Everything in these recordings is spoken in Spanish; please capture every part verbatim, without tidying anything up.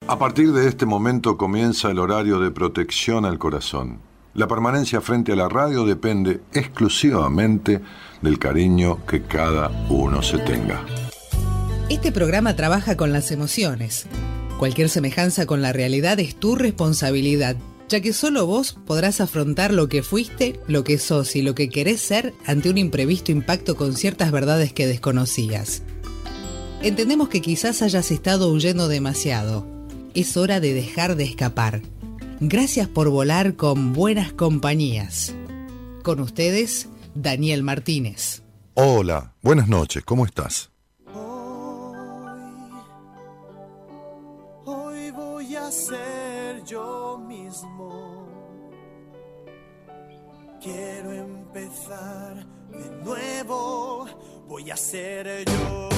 A partir de este momento comienza el horario de protección al corazón. La permanencia frente a la radio depende exclusivamente del cariño que cada uno se tenga. Este programa trabaja con las emociones. Cualquier semejanza con la realidad es tu responsabilidad, ya que solo vos podrás afrontar lo que fuiste, lo que sos y lo que querés ser ante un imprevisto impacto con ciertas verdades que desconocías. Entendemos que quizás hayas estado huyendo demasiado. Es hora de dejar de escapar. Gracias por volar con buenas compañías. Con ustedes, Daniel Martínez. Hola, buenas noches, ¿cómo estás? Hoy, hoy voy a ser yo mismo. Quiero empezar de nuevo. Voy a ser yo.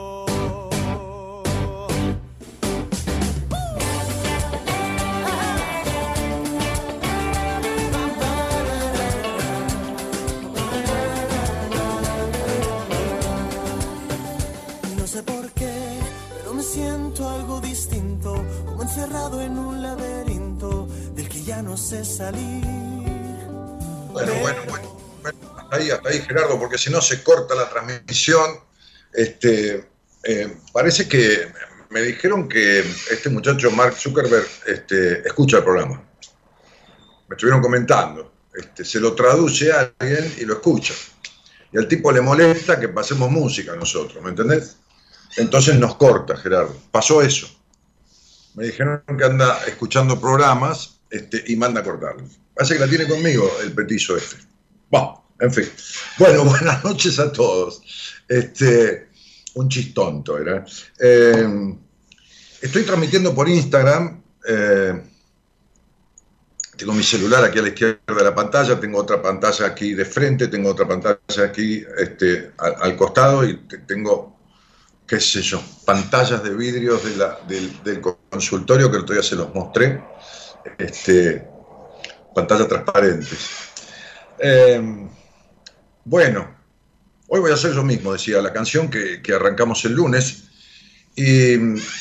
No sé por qué, pero me siento algo distinto, como encerrado en un laberinto del que ya no sé salir. Bueno, bueno, bueno, bueno, hasta ahí, hasta ahí, Gerardo, porque si no se corta la transmisión. Este, eh, parece que me dijeron que este muchacho Mark Zuckerberg este, escucha el programa. Me estuvieron comentando. Este, se lo traduce a alguien y lo escucha. Y al tipo le molesta que pasemos música a nosotros, ¿me entendés? Entonces nos corta, Gerardo. Pasó eso. Me dijeron que anda escuchando programas este, y manda a cortarlo. Parece que la tiene conmigo el petizo este. Bueno, en fin. Bueno, buenas noches a todos. Este, un chistonto era. Eh, estoy transmitiendo por Instagram. Eh, tengo mi celular aquí a la izquierda de la pantalla. Tengo otra pantalla aquí de frente. Tengo otra pantalla aquí este, al, al costado. Y tengo... qué sé yo, pantallas de vidrios de la, del, del consultorio que el otro día se los mostré, este, pantallas transparentes. Eh, bueno, hoy voy a hacer yo mismo, decía la canción que, que arrancamos el lunes, y,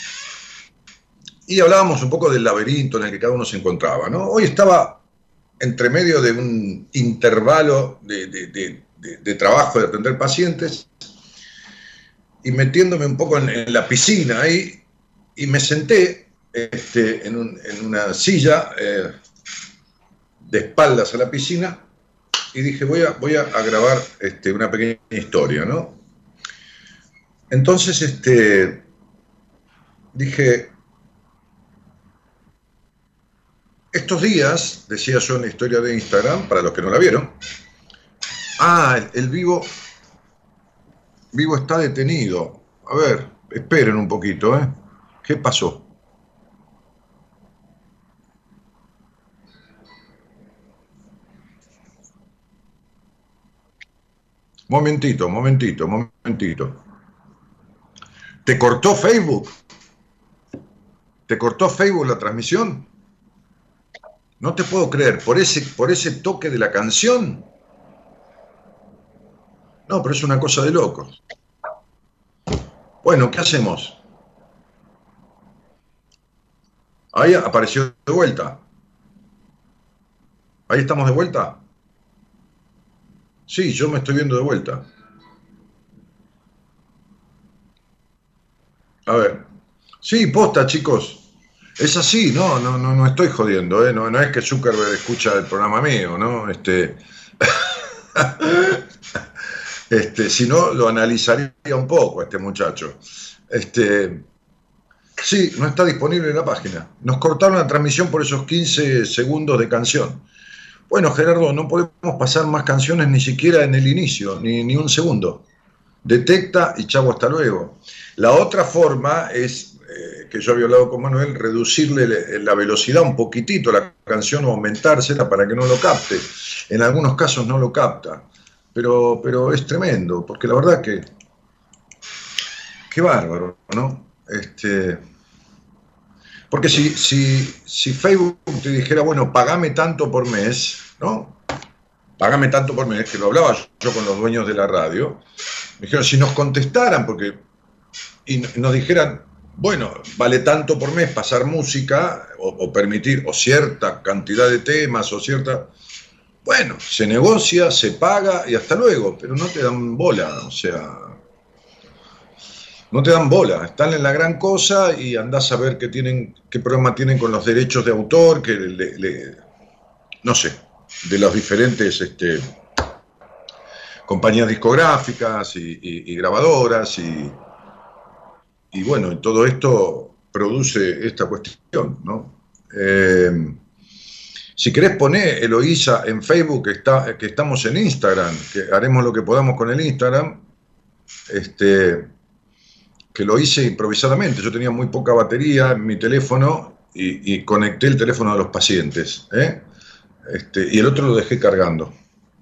y hablábamos un poco del laberinto en el que cada uno se encontraba, ¿no? Hoy estaba entre medio de un intervalo de, de, de, de, de trabajo, de atender pacientes, y metiéndome un poco en, en la piscina ahí, y me senté este, en, un, en una silla eh, de espaldas a la piscina, y dije, voy a, voy a, a grabar este, una pequeña historia, ¿no? Entonces, este, dije, estos días, decía yo en la historia de Instagram, para los que no la vieron, ah, el, el vivo... Vivo está detenido. A ver, esperen un poquito, ¿eh? ¿Qué pasó? Momentito, momentito, momentito. ¿Te cortó Facebook? ¿Te cortó Facebook la transmisión? No te puedo creer, por ese, por ese toque de la canción. No, pero es una cosa de locos. Bueno, ¿qué hacemos? Ahí apareció de vuelta. ¿Ahí estamos de vuelta? Sí, yo me estoy viendo de vuelta. A ver. Sí, posta, chicos. Es así, no, no, no, no estoy jodiendo, ¿eh? No, no es que Zuckerberg escucha el programa mío, ¿no? Este... Este, si no, lo analizaría un poco este muchacho. Este, sí, no está disponible en la página. Nos cortaron la transmisión por esos quince segundos de canción. Bueno, Gerardo, no podemos pasar más canciones ni siquiera en el inicio, ni, ni un segundo. Detecta y chavo, hasta luego. La otra forma es, eh, que yo había hablado con Manuel, reducirle la velocidad un poquitito a la canción o aumentársela para que no lo capte. En algunos casos no lo capta. Pero, pero es tremendo, porque la verdad que, qué bárbaro, ¿no? Este, porque si, si, si Facebook te dijera, bueno, pagame tanto por mes, ¿no? Págame tanto por mes, que lo hablaba yo con los dueños de la radio, me dijeron, si nos contestaran, porque, y nos dijeran, bueno, vale tanto por mes pasar música o, o permitir o cierta cantidad de temas o cierta... Bueno, se negocia, se paga y hasta luego, pero no te dan bola, o sea, no te dan bola, están en la gran cosa y andás a ver qué tienen, qué problema tienen con los derechos de autor, que le, le, no sé, de las diferentes este, compañías discográficas y, y, y grabadoras y, y bueno, y todo esto produce esta cuestión, ¿no? Eh, Si querés poner Eloísa en Facebook, que, está, que estamos en Instagram, que haremos lo que podamos con el Instagram, este, que lo hice improvisadamente. Yo tenía muy poca batería en mi teléfono y, y conecté el teléfono de los pacientes, ¿eh? Este, y el otro lo dejé cargando.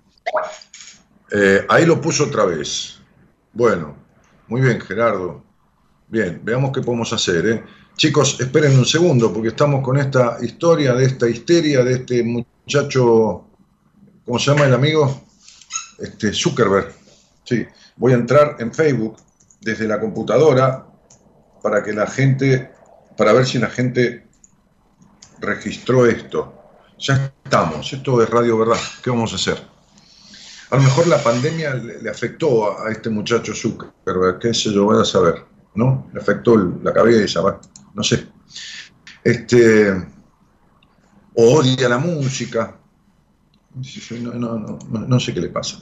Eh, ahí lo puso otra vez. Bueno, muy bien, Gerardo. Bien, veamos qué podemos hacer, ¿eh? Chicos, esperen un segundo, porque estamos con esta historia, de esta histeria, de este muchacho, ¿cómo se llama el amigo? Este, Zuckerberg. Sí, voy a entrar en Facebook desde la computadora para que la gente, para ver si la gente registró esto. Ya estamos, esto es Radio Verdad, ¿qué vamos a hacer? A lo mejor la pandemia le, le afectó a, a este muchacho Zuckerberg, qué sé yo, voy a saber, ¿no? Le afectó el, la cabeza, ¿va? No sé, este, o odia la música, no, no, no, no sé qué le pasa.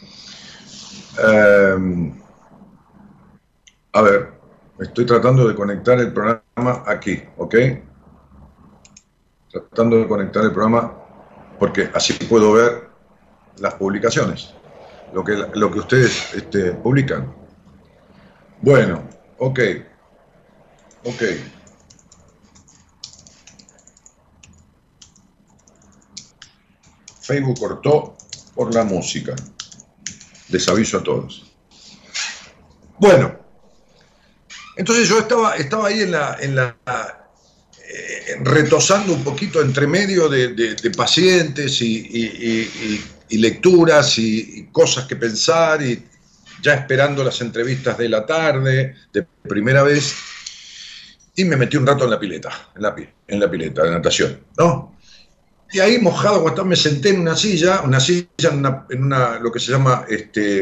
Eh, a ver, estoy tratando de conectar el programa aquí, ¿ok? Tratando de conectar el programa porque así puedo ver las publicaciones, lo que, lo que ustedes este, publican. Bueno, ok, ok. Facebook cortó por la música. Desaviso a todos. Bueno, entonces yo estaba, estaba ahí en la, en la eh, retosando un poquito entre medio de, de, de pacientes y, y, y, y lecturas y, y cosas que pensar y ya esperando las entrevistas de la tarde, de primera vez, y me metí un rato en la pileta, en la, en la pileta de natación, ¿no? Y ahí mojado, cuando me senté en una silla, una silla en una, en una lo que se llama, este,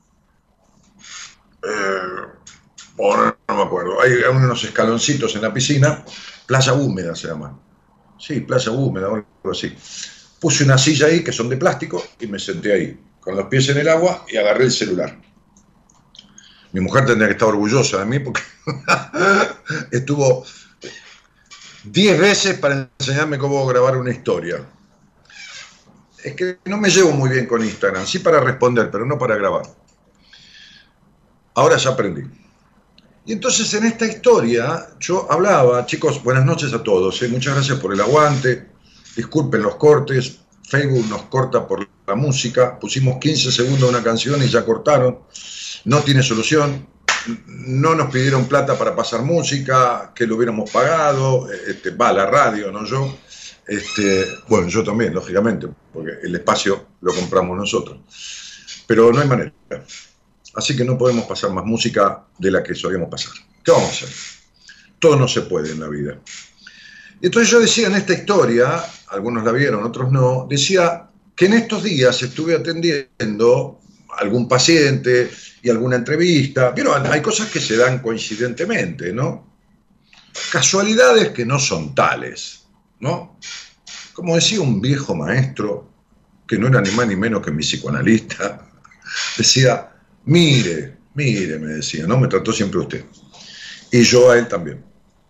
eh, oh, no me acuerdo, hay unos escaloncitos en la piscina, playa húmeda se llama, sí, playa húmeda o algo así. Puse una silla ahí, que son de plástico, y me senté ahí, con los pies en el agua, y agarré el celular. Mi mujer tendría que estar orgullosa de mí, porque estuvo diez veces para enseñarme cómo grabar una historia. Es que no me llevo muy bien con Instagram, sí para responder, pero no para grabar. Ahora ya aprendí. Y entonces en esta historia yo hablaba, chicos, buenas noches a todos, ¿eh? Muchas gracias por el aguante, disculpen los cortes, Facebook nos corta por la música, pusimos quince segundos de una canción y ya cortaron, no tiene solución. No nos pidieron plata para pasar música, que lo hubiéramos pagado, este, va la radio, no yo. Este, bueno, yo también, lógicamente, porque el espacio lo compramos nosotros. Pero no hay manera. Así que no podemos pasar más música de la que solíamos pasar. ¿Qué vamos a hacer? Todo no se puede en la vida. Y entonces yo decía en esta historia, algunos la vieron, otros no, decía que en estos días estuve atendiendo a algún paciente y alguna entrevista, pero hay cosas que se dan coincidentemente, ¿no? Casualidades que no son tales, ¿no? Como decía un viejo maestro, que no era ni más ni menos que mi psicoanalista, decía, mire, mire, me decía, ¿no? Me trató siempre usted. Y yo a él también.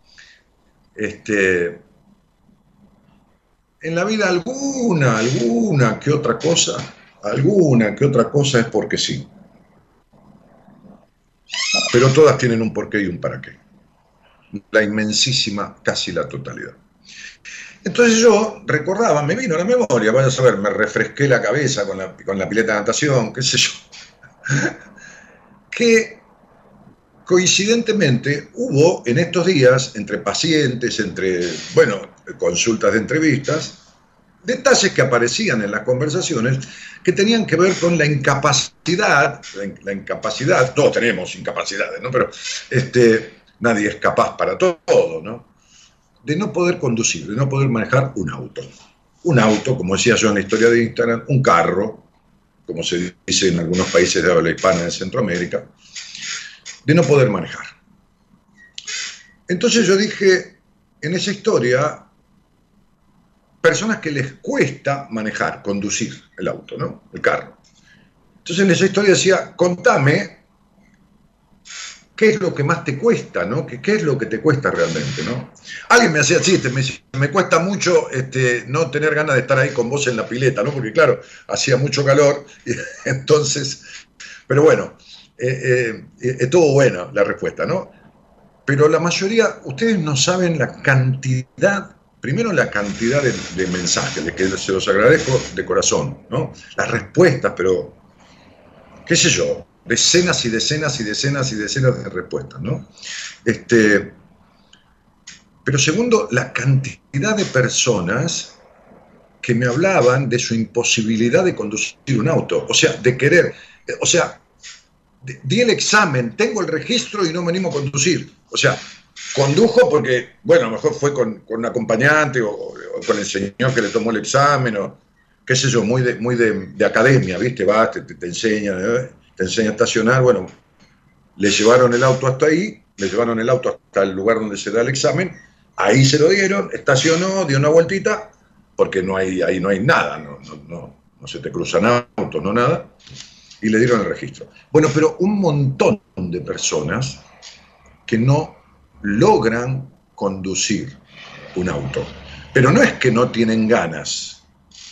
Este, en la vida alguna, alguna que otra cosa, alguna que otra cosa es porque sí. Pero todas tienen un porqué y un para qué. La inmensísima, casi la totalidad. Entonces yo recordaba, me vino a la memoria, vaya a saber, me refresqué la cabeza con la, con la pileta de natación, qué sé yo, que coincidentemente hubo en estos días, entre pacientes, entre, bueno, consultas de entrevistas, detalles que aparecían en las conversaciones que tenían que ver con la incapacidad, la, la incapacidad, todos tenemos incapacidades, ¿no? Pero este, nadie es capaz para todo, ¿no? De no poder conducir, de no poder manejar un auto. Un auto, como decía yo en la historia de Instagram, un carro, como se dice en algunos países de habla hispana de Centroamérica, de no poder manejar. Entonces yo dije, en esa historia, personas que les cuesta manejar, conducir el auto, ¿no? El carro. Entonces en esa historia decía, contame qué es lo que más te cuesta, ¿no? ¿Qué, qué es lo que te cuesta realmente, ¿no? Alguien me hacía chistes, me decía, me cuesta mucho este, no tener ganas de estar ahí con vos en la pileta, ¿no? Porque claro, hacía mucho calor, y entonces, pero bueno, eh, eh, estuvo buena la respuesta, ¿no? Pero la mayoría, ustedes no saben la cantidad, primero la cantidad de, de mensajes, de que se los agradezco de corazón, ¿no? Las respuestas, pero, qué sé yo, decenas y decenas y decenas y decenas de respuestas, ¿no? Este, pero segundo, la cantidad de personas que me hablaban de su imposibilidad de conducir un auto, o sea, de querer, o sea, di el examen, tengo el registro y no me animo a conducir. O sea, condujo porque, bueno, a lo mejor fue con, con un acompañante o, o con el señor que le tomó el examen o qué sé yo, muy de, muy de, de academia, ¿viste? Vas, te, te, te enseña, ¿eh? te enseña a estacionar. Bueno, le llevaron el auto hasta ahí, le llevaron el auto hasta el lugar donde se da el examen, ahí se lo dieron, estacionó, dio una vueltita, porque no hay, ahí no hay nada, no, no, no, no se te cruzan autos, no nada, y le dieron el registro. Bueno, pero un montón de personas que no logran conducir un auto. Pero no es que no tienen ganas.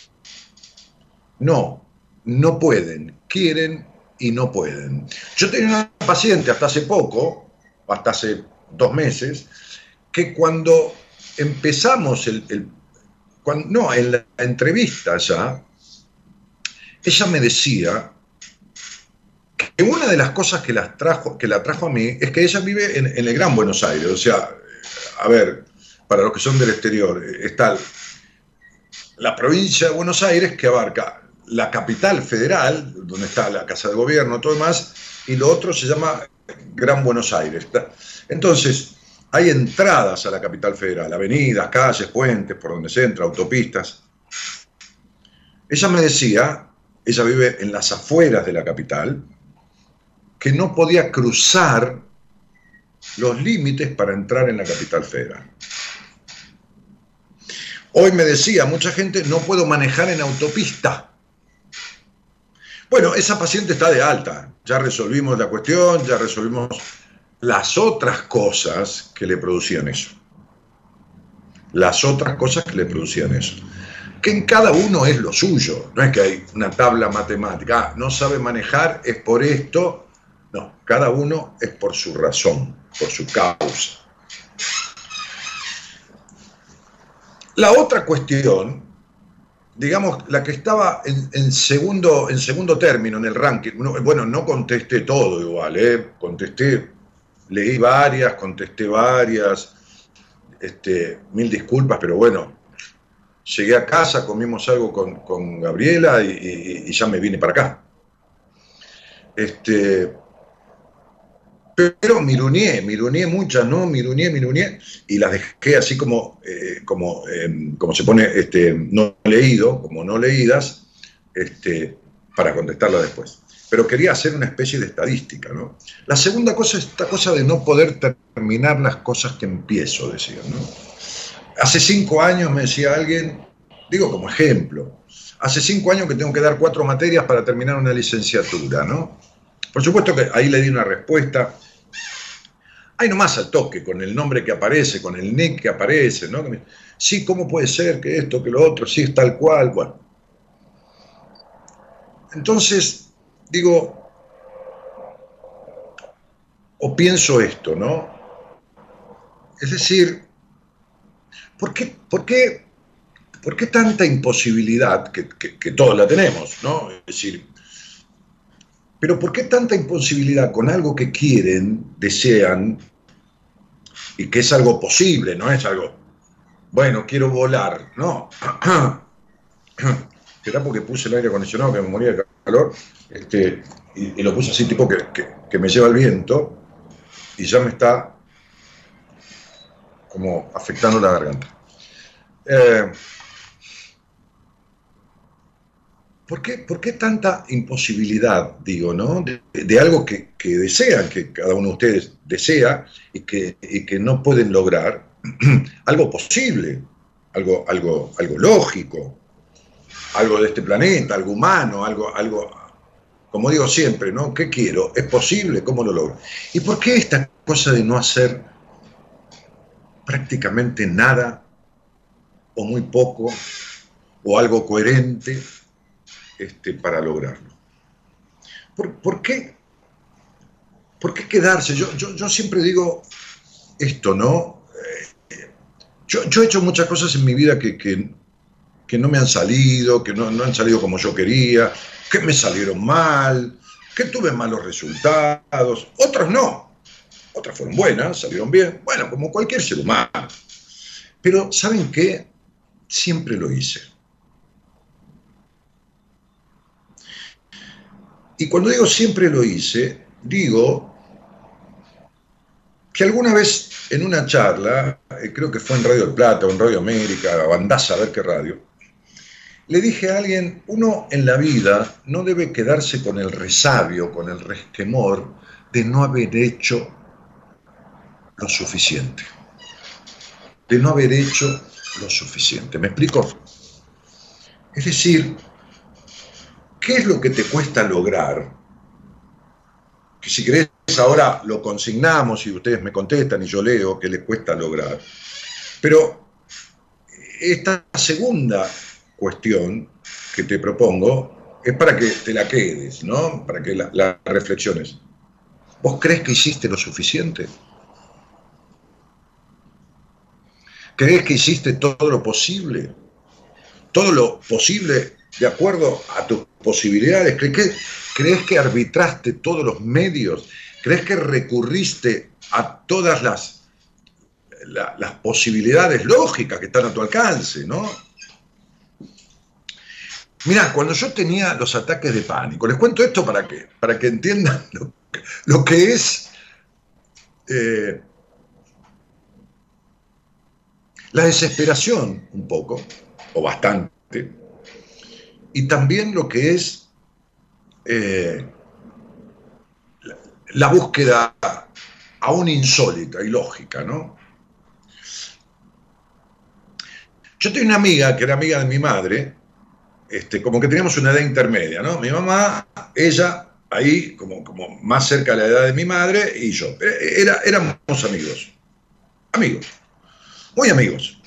No, no pueden, quieren y no pueden. Yo tenía una paciente hasta hace poco, hasta hace dos meses, que cuando empezamos el... el cuando, no, en la entrevista ya, ella me decía que una de las cosas que, las trajo, que la trajo a mí es que ella vive en, en el Gran Buenos Aires. O sea, a ver, para los que son del exterior, está la provincia de Buenos Aires, que abarca la capital federal, donde está la Casa de Gobierno, todo demás, y lo otro se llama Gran Buenos Aires. Entonces, hay entradas a la capital federal, avenidas, calles, puentes, por donde se entra, autopistas. Ella me decía, ella vive en las afueras de la capital, que no podía cruzar los límites para entrar en la capital federal. Hoy me decía mucha gente, no puedo manejar en autopista. Bueno, esa paciente está de alta, ya resolvimos la cuestión, ya resolvimos las otras cosas que le producían eso. Las otras cosas que le producían eso. Que en cada uno es lo suyo, no es que hay una tabla matemática, ah, no sabe manejar, es por esto. No, cada uno es por su razón, por su causa. La otra cuestión, digamos, la que estaba en, en, segundo, en segundo término en el ranking, bueno, no contesté todo igual, ¿eh? contesté, leí varias, contesté varias, este, mil disculpas, pero bueno, llegué a casa, comimos algo con, con Gabriela y, y, y ya me vine para acá. Este... Pero miruneé, miruneé muchas, ¿no? Miruneé, miruneé, y las dejé así como, eh, como, eh, como se pone, este, no leído, como no leídas, este, para contestarla después. Pero quería hacer una especie de estadística, ¿no? La segunda cosa es esta cosa de no poder terminar las cosas que empiezo, decía, ¿no? Hace cinco años me decía alguien, digo como ejemplo, hace cinco años que tengo que dar cuatro materias para terminar una licenciatura, ¿no? Por supuesto que ahí le di una respuesta, ahí nomás al toque, con el nombre que aparece, con el nick que aparece, ¿no? Sí, ¿cómo puede ser que esto, que lo otro, sí es tal cual? Bueno. Entonces, digo, o pienso esto, ¿no? Es decir, ¿por qué, por qué, por qué tanta imposibilidad, que, que, que todos la tenemos, ¿no? Es decir, pero ¿por qué tanta imposibilidad con algo que quieren, desean, y que es algo posible, no es algo, bueno, quiero volar, no? Será porque puse el aire acondicionado que me moría de calor, este, y, y lo puse así tipo que, que, que me lleva el viento, y ya me está como afectando la garganta. Eh, ¿por qué, ¿Por qué tanta imposibilidad, digo, ¿no? de, de algo que, que desean, que cada uno de ustedes desea y que, y que no pueden lograr? Algo posible, algo, algo, algo lógico, algo de este planeta, algo humano, algo, algo, como digo siempre, ¿no? ¿Qué quiero? ¿Es posible? ¿Cómo lo logro? ¿Y por qué esta cosa de no hacer prácticamente nada, o muy poco, o algo coherente este, para lograrlo? ¿Por, por qué? ¿Por qué quedarse? Yo, yo, yo siempre digo esto, ¿no? Eh, yo, yo he hecho muchas cosas en mi vida que, que, que no me han salido, que no, no han salido como yo quería, que me salieron mal, que tuve malos resultados, otras no. Otras fueron buenas, salieron bien, bueno, como cualquier ser humano. Pero, ¿saben qué? Siempre lo hice. Y cuando digo siempre lo hice, digo que alguna vez en una charla, eh, creo que fue en Radio del Plata o en Radio América, o andás a ver qué radio, le dije a alguien, uno en la vida no debe quedarse con el resabio, con el resquemor de no haber hecho lo suficiente, de no haber hecho lo suficiente. ¿Me explico? Es decir, ¿qué es lo que te cuesta lograr? Que si querés ahora lo consignamos y ustedes me contestan y yo leo qué les cuesta lograr. Pero esta segunda cuestión que te propongo es para que te la quedes, ¿no? Para que la, la reflexiones. ¿Vos crees que hiciste lo suficiente? ¿Crees que hiciste todo lo posible? ¿Todo lo posible de acuerdo a tus posibilidades? ¿Crees que, ¿crees que arbitraste todos los medios? ¿Crees que recurriste a todas las, la, las posibilidades lógicas que están a tu alcance, ¿no? Mirá, cuando yo tenía los ataques de pánico, les cuento esto para que, para que entiendan lo, lo que es eh, la desesperación, un poco, o bastante, y también lo que es eh, la, la búsqueda aún insólita y lógica, ¿no? Yo tenía una amiga que era amiga de mi madre, este, como que teníamos una edad intermedia, ¿no? Mi mamá, ella, ahí, como, como más cerca de la edad de mi madre, y yo. Era, éramos amigos, amigos. Muy amigos.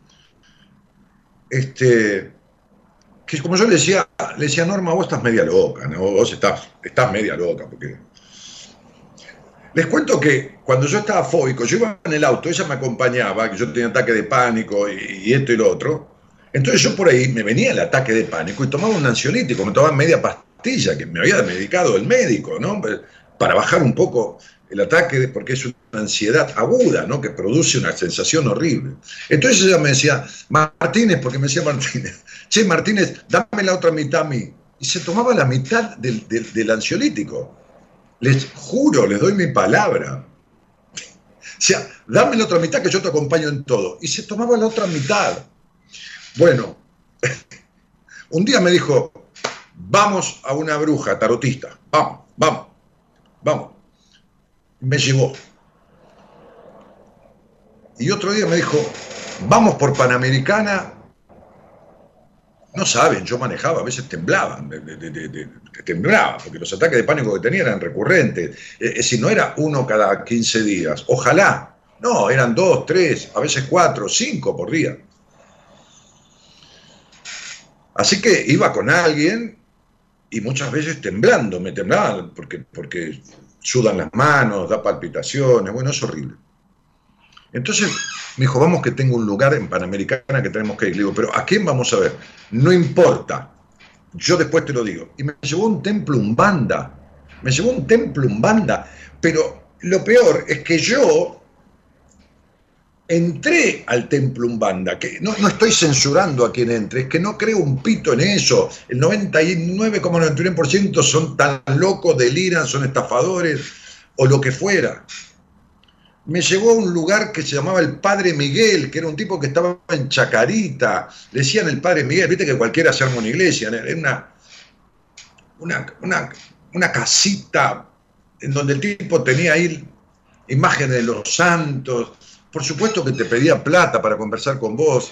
Este, que como yo le decía, le decía, Norma, vos estás media loca, ¿no? Vos estás, estás media loca, porque... Les cuento que cuando yo estaba fóbico, yo iba en el auto, ella me acompañaba, que yo tenía ataque de pánico y, y esto y lo otro. Entonces yo por ahí me venía el ataque de pánico y tomaba un ansiolítico, me tomaba media pastilla que me había medicado el médico, ¿no? Para bajar un poco el ataque, porque es una ansiedad aguda, ¿no? Que produce una sensación horrible. Entonces ella me decía, Martínez, porque me decía Martínez, che, Martínez, dame la otra mitad a mí. Y se tomaba la mitad del, del, del ansiolítico. Les juro, les doy mi palabra. O sea, dame la otra mitad que yo te acompaño en todo. Y se tomaba la otra mitad. Bueno, un día me dijo, vamos a una bruja tarotista. Vamos, vamos, vamos. Me llevó. Y otro día me dijo, vamos por Panamericana. No saben, yo manejaba, a veces temblaban, de, de, de, de, temblaba, porque los ataques de pánico que tenía eran recurrentes. Es decir, no era uno cada quince días, ojalá. No, eran dos, tres, a veces cuatro, cinco por día. Así que iba con alguien y muchas veces temblando, me temblaban porque, porque sudan las manos, da palpitaciones, bueno, es horrible. Entonces me dijo, vamos que tengo un lugar en Panamericana que tenemos que ir. Le digo, pero ¿a quién vamos a ver? No importa, yo después te lo digo. Y me llevó a un templo Umbanda, me llevó a un templo Umbanda, pero lo peor es que yo entré al templo Umbanda, que no, no estoy censurando a quien entre, es que no creo un pito en eso. El noventa y nueve coma noventa y nueve por ciento son tan locos, deliran, son estafadores, o lo que fuera. me llevó a un lugar que se llamaba el Padre Miguel, que era un tipo que estaba en Chacarita, le decían el Padre Miguel, viste que cualquiera se arma una iglesia, era una, una, una, una casita en donde el tipo tenía ahí imágenes de los santos, por supuesto que te pedía plata para conversar con vos.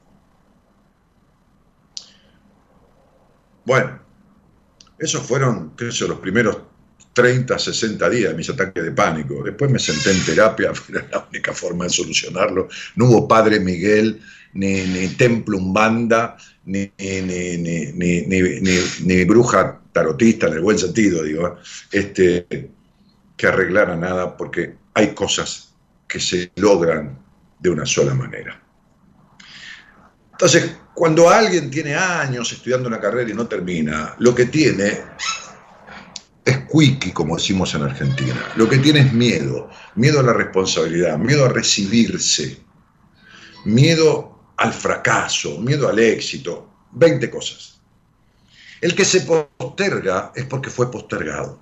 Bueno, esos fueron, qué sé yo, los primeros treinta, sesenta días de mis ataques de pánico. Después me senté en terapia, era la única forma de solucionarlo. No hubo Padre Miguel, ni, ni Templo Umbanda, ni, ni, ni, ni, ni, ni, ni, ni bruja tarotista, en el buen sentido, digo, este, que arreglara nada, porque hay cosas que se logran de una sola manera. Entonces, cuando alguien tiene años estudiando una carrera y no termina, lo que tiene es cuiqui, como decimos en Argentina. Lo que tiene es miedo, miedo a la responsabilidad, miedo a recibirse, miedo al fracaso, miedo al éxito, veinte cosas. El que se posterga es porque fue postergado.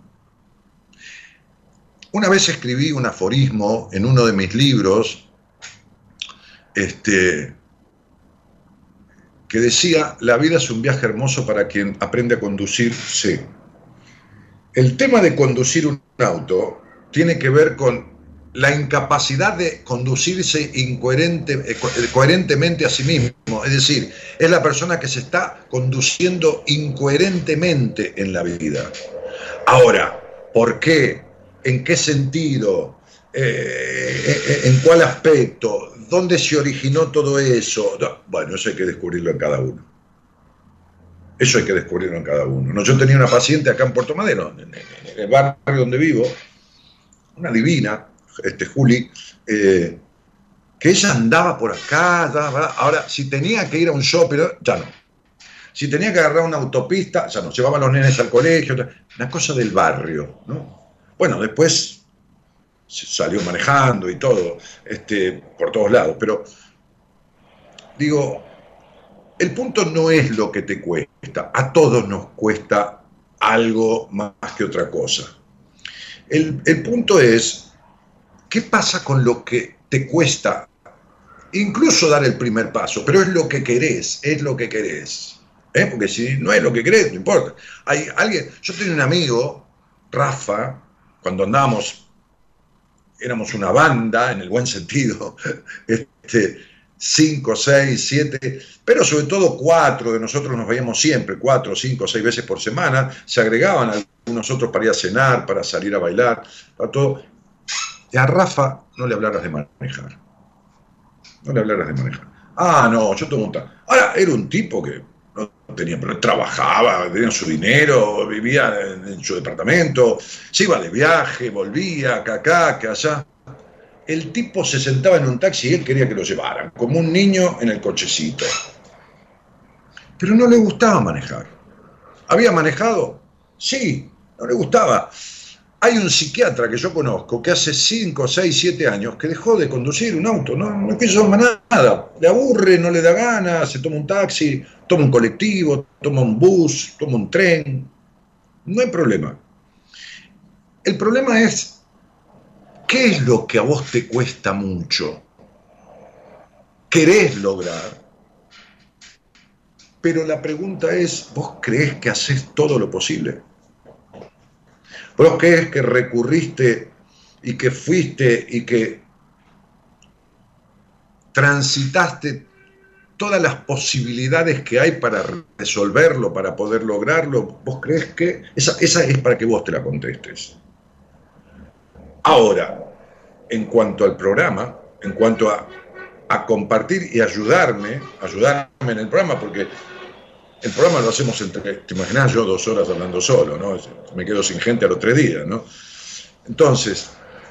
Una vez escribí un aforismo en uno de mis libros, este, que decía: la vida es un viaje hermoso para quien aprende a conducir, sí. El tema de conducir un auto tiene que ver con la incapacidad de conducirse incoherente, coherentemente a sí mismo. Es decir, es la persona que se está conduciendo incoherentemente en la vida. Ahora, ¿por qué? ¿En qué sentido? Eh, ¿En cuál aspecto? ¿Dónde se originó todo eso? Bueno, eso hay que descubrirlo en cada uno. Eso hay que descubrirlo en cada uno. ¿No? Yo tenía una paciente acá en Puerto Madero, en el barrio donde vivo, una divina, este, Juli, eh, que ella andaba por acá, andaba, ahora, si tenía que ir a un shopping, ya no. Si tenía que agarrar una autopista, ya no. Llevaba a los nenes al colegio, una cosa del barrio, ¿no? Bueno, después salió manejando y todo, este, por todos lados, pero digo, el punto no es lo que te cuesta, a todos nos cuesta algo más que otra cosa. El, el punto es, ¿qué pasa con lo que te cuesta? Incluso dar el primer paso, pero es lo que querés, es lo que querés. ¿Eh? Porque si no es lo que querés, no importa. Hay alguien, yo tenía un amigo, Rafa, cuando andábamos, éramos una banda, en el buen sentido, este, cinco, seis, siete, pero sobre todo cuatro de nosotros nos veíamos siempre, cuatro, cinco, seis veces por semana, se agregaban algunos otros para ir a cenar, para salir a bailar, para todo. Y a Rafa no le hablaras de manejar. No le hablaras de manejar. Ah, no, yo tomo un tal. Ahora, era un tipo que no tenía, pero trabajaba, tenía su dinero, vivía en, en su departamento, se iba de viaje, volvía, acá, acá, que allá. El tipo se sentaba en un taxi y él quería que lo llevaran, como un niño en el cochecito. Pero no le gustaba manejar. ¿Había manejado? Sí, no le gustaba. Hay un psiquiatra que yo conozco que hace cinco, seis, siete años que dejó de conducir un auto, no, no quiso más nada, le aburre, no le da ganas, se toma un taxi, toma un colectivo, toma un bus, toma un tren, no hay problema. El problema es, ¿qué es lo que a vos te cuesta mucho? ¿Querés lograr? Pero la pregunta es, ¿vos creés que haces todo lo posible? ¿Vos creés que recurriste y que fuiste y que transitaste todas las posibilidades que hay para resolverlo, para poder lograrlo? ¿Vos creés que...? Esa, esa es para que vos te la contestes. Ahora, en cuanto al programa, en cuanto a, a compartir y ayudarme, ayudarme en el programa, porque el programa lo hacemos entre, te imaginas, yo dos horas hablando solo, ¿no? Me quedo sin gente a los tres días, ¿no? Entonces,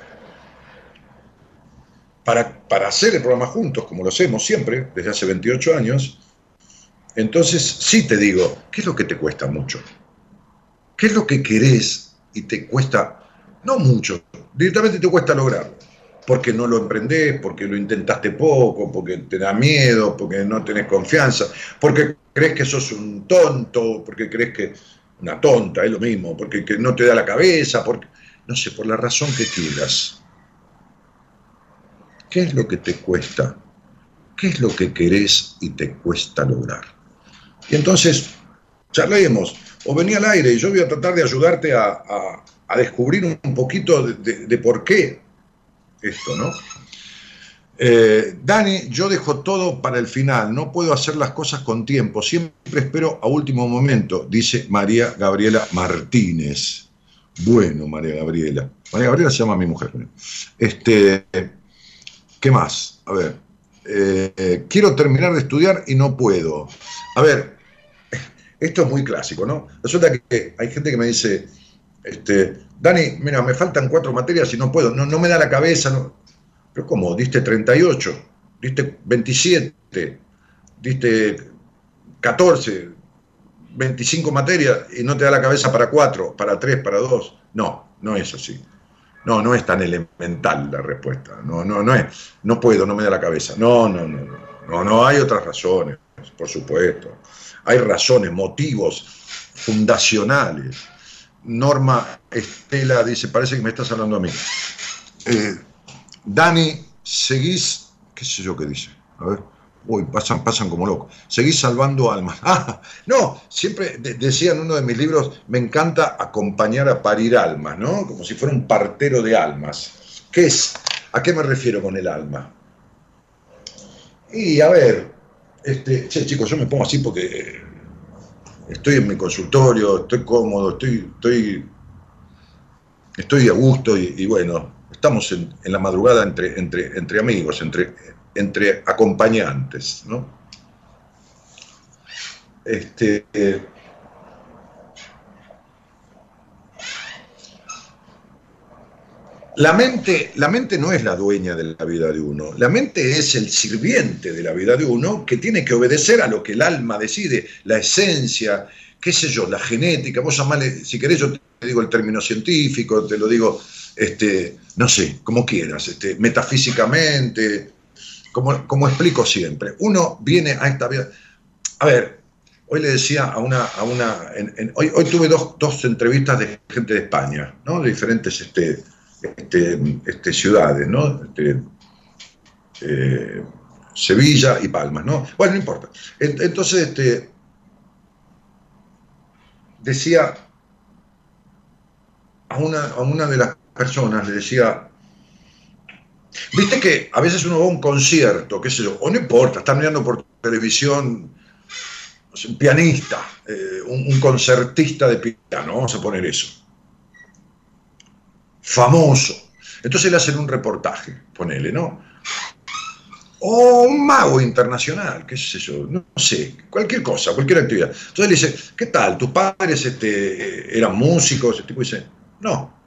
para, para hacer el programa juntos, como lo hacemos siempre, desde hace veintiocho años, entonces sí te digo, ¿qué es lo que te cuesta mucho? ¿Qué es lo que querés y te cuesta, no mucho, directamente te cuesta lograrlo? Porque no lo emprendés, porque lo intentaste poco, porque te da miedo, porque no tenés confianza, porque crees que sos un tonto, porque crees que una tonta, es lo mismo, porque que no te da la cabeza, porque no sé, por la razón que quieras. ¿Qué es lo que te cuesta? ¿Qué es lo que querés y te cuesta lograr? Y entonces, charlemos, o vení al aire y yo voy a tratar de ayudarte a, a, a descubrir un poquito de, de, de por qué esto, ¿no? Eh, Dani, yo dejo todo para el final, no puedo hacer las cosas con tiempo, siempre espero a último momento, dice María Gabriela Martínez. Bueno, María Gabriela. María Gabriela se llama mi mujer. Este, ¿qué más? A ver, eh, eh, quiero terminar de estudiar y no puedo. A ver, esto es muy clásico, ¿no? Resulta que hay gente que me dice, este, Dani, mira, me faltan cuatro materias y no puedo, no, no me da la cabeza, no. Pero ¿cómo? Diste treinta y ocho, diste veintisiete, diste catorce, veinticinco materias y no te da la cabeza para cuatro, para tres, para dos. No, no es así. No, no es tan elemental la respuesta. No, no, no es. No puedo, no me da la cabeza. No, no, no, no. No, no hay otras razones, por supuesto. Hay razones, motivos fundacionales. Norma Estela dice, parece que me estás hablando a mí. Eh, Dani, seguís, qué sé yo qué dice, a ver, uy, pasan, pasan como locos, seguís salvando almas. Ah, no, siempre de, decía en uno de mis libros, me encanta acompañar a parir almas, ¿no? Como si fuera un partero de almas. ¿Qué es? ¿A qué me refiero con el alma? Y a ver, este, che, chicos, yo me pongo así porque estoy en mi consultorio, estoy cómodo, estoy, estoy, estoy a gusto y, y bueno, estamos en, en la madrugada entre, entre, entre amigos, entre, entre acompañantes, ¿no? Este, eh, la mente, la mente no es la dueña de la vida de uno, la mente es el sirviente de la vida de uno que tiene que obedecer a lo que el alma decide, la esencia, qué sé yo, la genética, vos llamale, si querés yo te digo el término científico, te lo digo, este, no sé, como quieras, este, metafísicamente, como, como explico siempre. Uno viene a esta vida. A ver, hoy le decía a una. A una en, en, hoy, hoy tuve dos, dos entrevistas de gente de España, ¿no? De diferentes este, este, este, ciudades, ¿no? Este, eh, Sevilla y Palmas, ¿no? Bueno, no importa. Entonces, este, decía a una, a una de las personas, le decía, viste que a veces uno va a un concierto, qué sé yo, o no importa, está mirando por televisión, un pianista, eh, un, un concertista de piano, vamos a poner eso, famoso, entonces le hacen un reportaje, ponele, ¿no? O un mago internacional, qué sé yo, no sé, cualquier cosa, cualquier actividad. Entonces le dice, ¿qué tal? ¿Tus padres este, eran músicos? El tipo dice, no.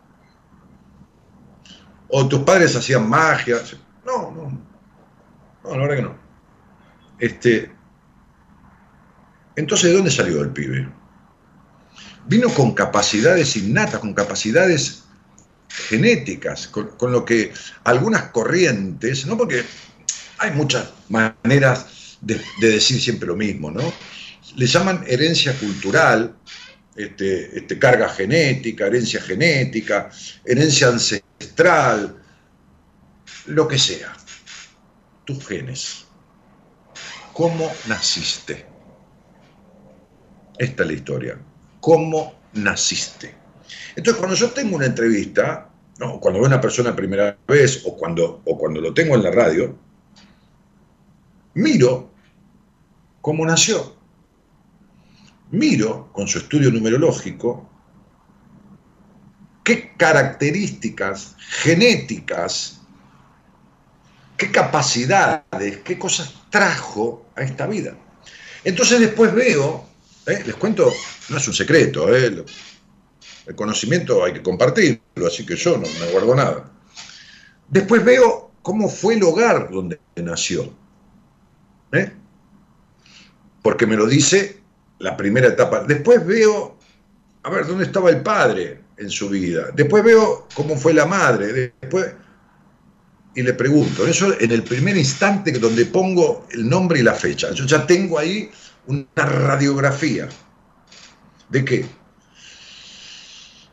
¿O tus padres hacían magia? No, no, no, la verdad que no. Este, entonces, ¿de dónde salió el pibe? Vino con capacidades innatas, con capacidades genéticas, con, con lo que algunas corrientes, ¿no? Porque hay muchas maneras de, de decir siempre lo mismo, ¿no? Le llaman herencia cultural, Este, este, carga genética, herencia genética, herencia ancestral, lo que sea. Tus genes. ¿Cómo naciste? Esta es la historia. ¿Cómo naciste? Entonces, cuando yo tengo una entrevista, ¿no? Cuando veo a una persona primera vez o cuando, o cuando lo tengo en la radio, miro cómo nació. Miro, con su estudio numerológico, qué características genéticas, qué capacidades, qué cosas trajo a esta vida. Entonces después veo, ¿eh? Les cuento, no es un secreto, ¿eh? El conocimiento hay que compartirlo, así que yo no me guardo nada. Después veo cómo fue el hogar donde nació, ¿eh? Porque me lo dice la primera etapa. Después veo, a ver, dónde estaba el padre en su vida. Después veo cómo fue la madre. Después, y le pregunto. Eso en el primer instante donde pongo el nombre y la fecha. Yo ya tengo ahí una radiografía. ¿De qué?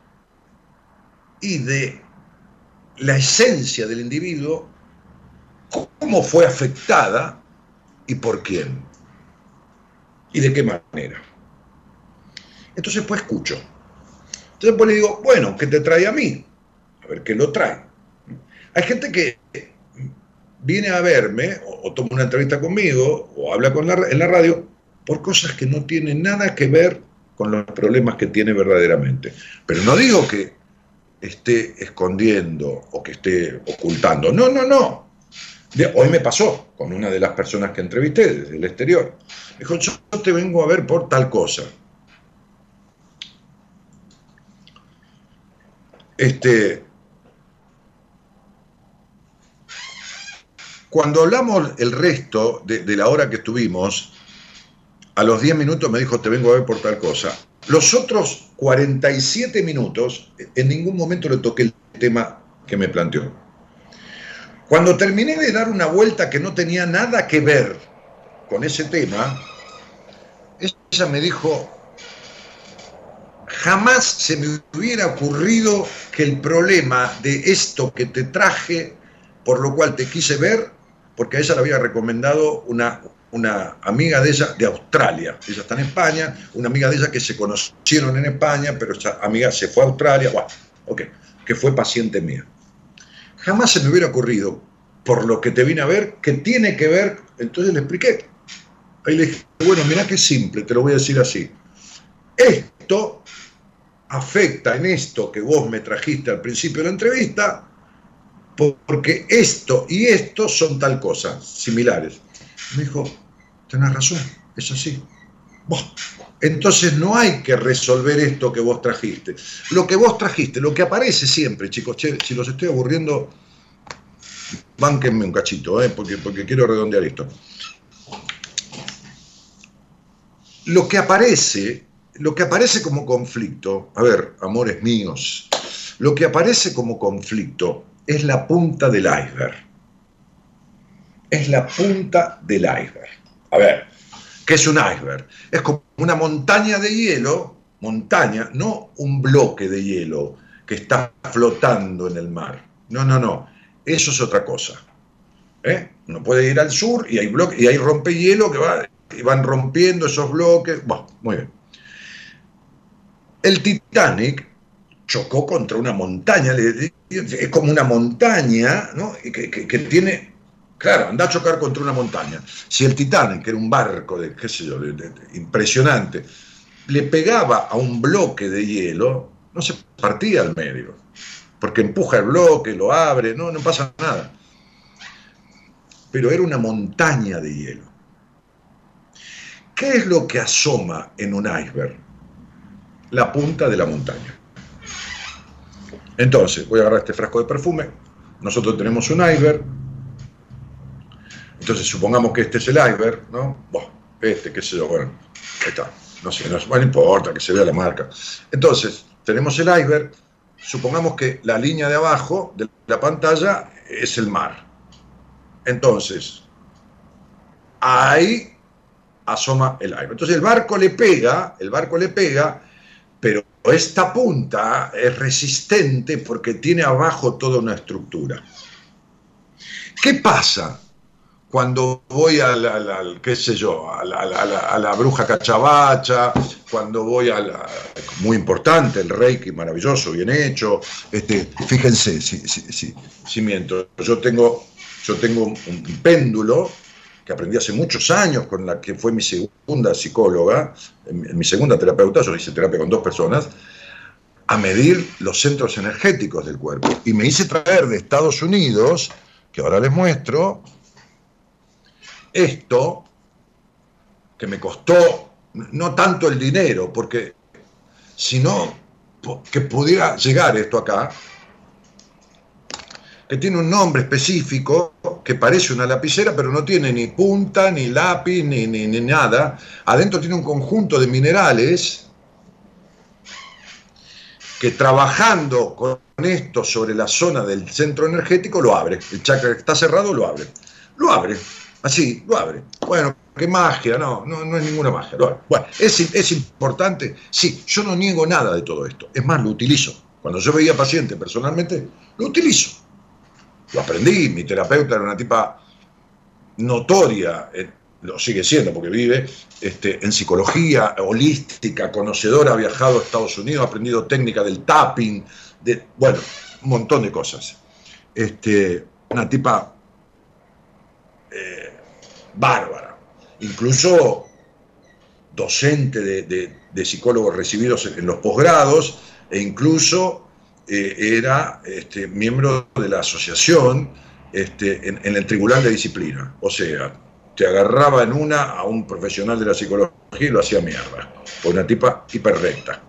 Y de la esencia del individuo cómo fue afectada y por quién. Y de qué manera. Entonces pues escucho. Entonces pues le digo, bueno, ¿qué te trae a mí? A ver qué lo trae. Hay gente que viene a verme, o, o toma una entrevista conmigo, o habla con la, en la radio, por cosas que no tienen nada que ver con los problemas que tiene verdaderamente. Pero no digo que esté escondiendo o que esté ocultando. No, no, no. Hoy me pasó con una de las personas que entrevisté desde el exterior. Me dijo, yo te vengo a ver por tal cosa. Este, cuando hablamos el resto de, de la hora que estuvimos, a los diez minutos me dijo, te vengo a ver por tal cosa. Los otros cuarenta y siete minutos, en ningún momento le toqué el tema que me planteó. Cuando terminé de dar una vuelta que no tenía nada que ver con ese tema, ella me dijo, jamás se me hubiera ocurrido que el problema de esto que te traje, por lo cual te quise ver, porque a ella le había recomendado una, una amiga de ella de Australia. Ella está en España, una amiga de ella que se conocieron en España, pero esa amiga se fue a Australia, bueno, okay, que fue paciente mía. Jamás se me hubiera ocurrido, por lo que te vine a ver, que tiene que ver. Entonces le expliqué. Ahí le dije, bueno, mirá qué simple, te lo voy a decir así. Esto afecta en esto que vos me trajiste al principio de la entrevista, porque esto y esto son tal cosa, similares. Me dijo, tenés razón, es así. Vos. Entonces no hay que resolver esto que vos trajiste. Lo que vos trajiste, lo que aparece siempre, chicos, che, si los estoy aburriendo, bánquenme un cachito, ¿eh? porque, porque quiero redondear esto. Lo que aparece, lo que aparece como conflicto, a ver, amores míos, lo que aparece como conflicto es la punta del iceberg. Es la punta del iceberg. A ver, ¿qué es un iceberg? Es como una montaña de hielo, montaña, no un bloque de hielo que está flotando en el mar. No, no, no. Eso es otra cosa. ¿Eh? Uno puede ir al sur y hay bloques, y hay rompehielo que va, y van rompiendo esos bloques. Bueno, muy bien. El Titanic chocó contra una montaña, es como una montaña, ¿no? que, que, que tiene, claro, anda a chocar contra una montaña. Si el Titanic, que era un barco de, qué sé yo, de, de, de, impresionante, le pegaba a un bloque de hielo, no se partía al medio, porque empuja el bloque, lo abre, no, no pasa nada. Pero era una montaña de hielo. ¿Qué es lo que asoma en un iceberg? La punta de la montaña. Entonces, voy a agarrar este frasco de perfume. Nosotros tenemos un iceberg. Entonces, supongamos que este es el iceberg, ¿no? Bueno, este, qué sé yo, bueno, ahí está. No sé, no, no importa que se vea la marca. Entonces, tenemos el iceberg. Supongamos que la línea de abajo de la pantalla es el mar. Entonces, ahí asoma el iceberg. Entonces, el barco le pega, el barco le pega, pero esta punta es resistente porque tiene abajo toda una estructura. ¿Qué pasa cuando voy a la, la, qué sé yo, a la, a la, a la bruja cachavacha, cuando voy a la, muy importante, el reiki maravilloso, bien hecho? Este, fíjense, si, si, si, si miento, yo tengo, yo tengo un, un péndulo que aprendí hace muchos años, con la que fue mi segunda psicóloga, mi segunda terapeuta, yo hice terapia con dos personas, a medir los centros energéticos del cuerpo. Y me hice traer de Estados Unidos, que ahora les muestro, esto, que me costó no tanto el dinero, porque si no, que pudiera llegar esto acá, que tiene un nombre específico, que parece una lapicera, pero no tiene ni punta, ni lápiz, ni, ni, ni nada. Adentro tiene un conjunto de minerales que, trabajando con esto sobre la zona del centro energético, lo abre. El chakra que está cerrado lo abre. Lo abre, así, lo abre. Bueno, qué magia, no, no, no es ninguna magia. Lo abre. Bueno, ¿es, ¿es importante? Sí, yo no niego nada de todo esto. Es más, lo utilizo. Cuando yo veía pacientes personalmente, lo utilizo. Lo aprendí, mi terapeuta era una tipa notoria, eh, lo sigue siendo porque vive este, en psicología holística, conocedora, ha viajado a Estados Unidos, ha aprendido técnica del tapping, de, bueno, un montón de cosas. Este, una tipa eh, bárbara, incluso docente de, de, de psicólogos recibidos en los posgrados, e incluso eh, era este, miembro de la asociación este, en, en el tribunal de disciplina. O sea, te agarraba en una a un profesional de la psicología y lo hacía mierda, por una tipa hiperrecta.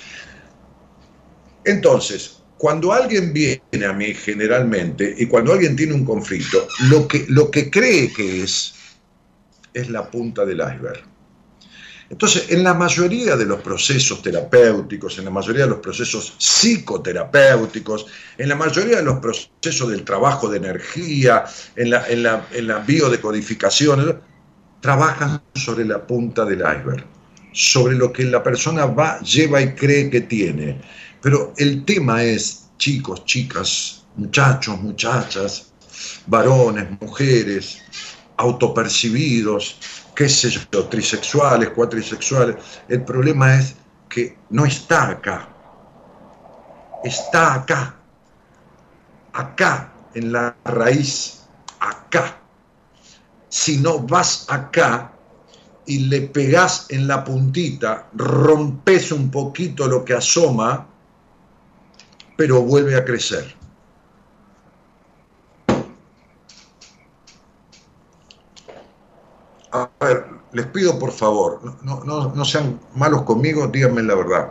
Entonces, cuando alguien viene a mí generalmente, y cuando alguien tiene un conflicto, lo que, lo que cree que es, es la punta del iceberg. Entonces, en la mayoría de los procesos terapéuticos, en la mayoría de los procesos psicoterapéuticos, en la mayoría de los procesos del trabajo de energía, en la, en la, en la biodecodificación, trabajan sobre la punta del iceberg, sobre lo que la persona va, lleva y cree que tiene. Pero el tema es, chicos, chicas, muchachos, muchachas, varones, mujeres, autopercibidos, qué sé yo, trisexuales, cuatrisexuales, el problema es que no está acá, está acá, acá, en la raíz, acá. Si no vas acá y le pegás en la puntita, rompes un poquito lo que asoma, pero vuelve a crecer. A ver, les pido por favor, no, no, no sean malos conmigo, díganme la verdad.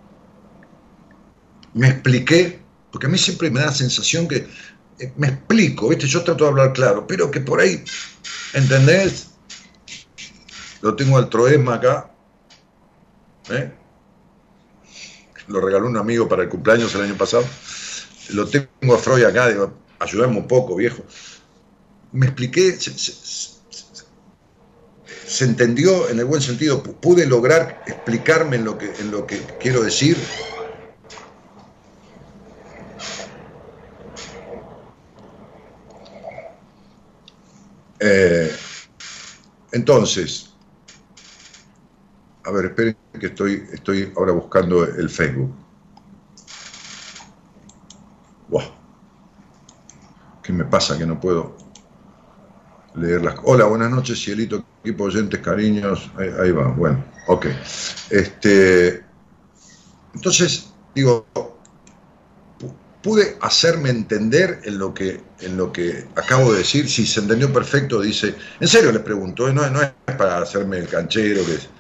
Me expliqué, porque a mí siempre me da la sensación que eh, me explico, ¿viste? Yo trato de hablar claro, pero que por ahí, ¿entendés? Lo tengo al Troesma acá, ¿eh? Lo regaló un amigo para el cumpleaños el año pasado. Lo tengo a Freud acá, digo, ayúdame un poco, viejo. Me expliqué, se, se, se entendió en el buen sentido, pude lograr explicarme en lo que, en lo que quiero decir. Eh, entonces, a ver, esperen que estoy, estoy ahora buscando el Facebook. Wow. ¿Qué me pasa que no puedo leer las cosas? Hola, buenas noches, Cielito, equipo de oyentes, cariños. Ahí, ahí va, bueno, ok. Este, entonces, digo, pude hacerme entender en lo que, en lo que acabo de decir. Si se entendió perfecto, dice, en serio les pregunto, no, no es para hacerme el canchero, que es,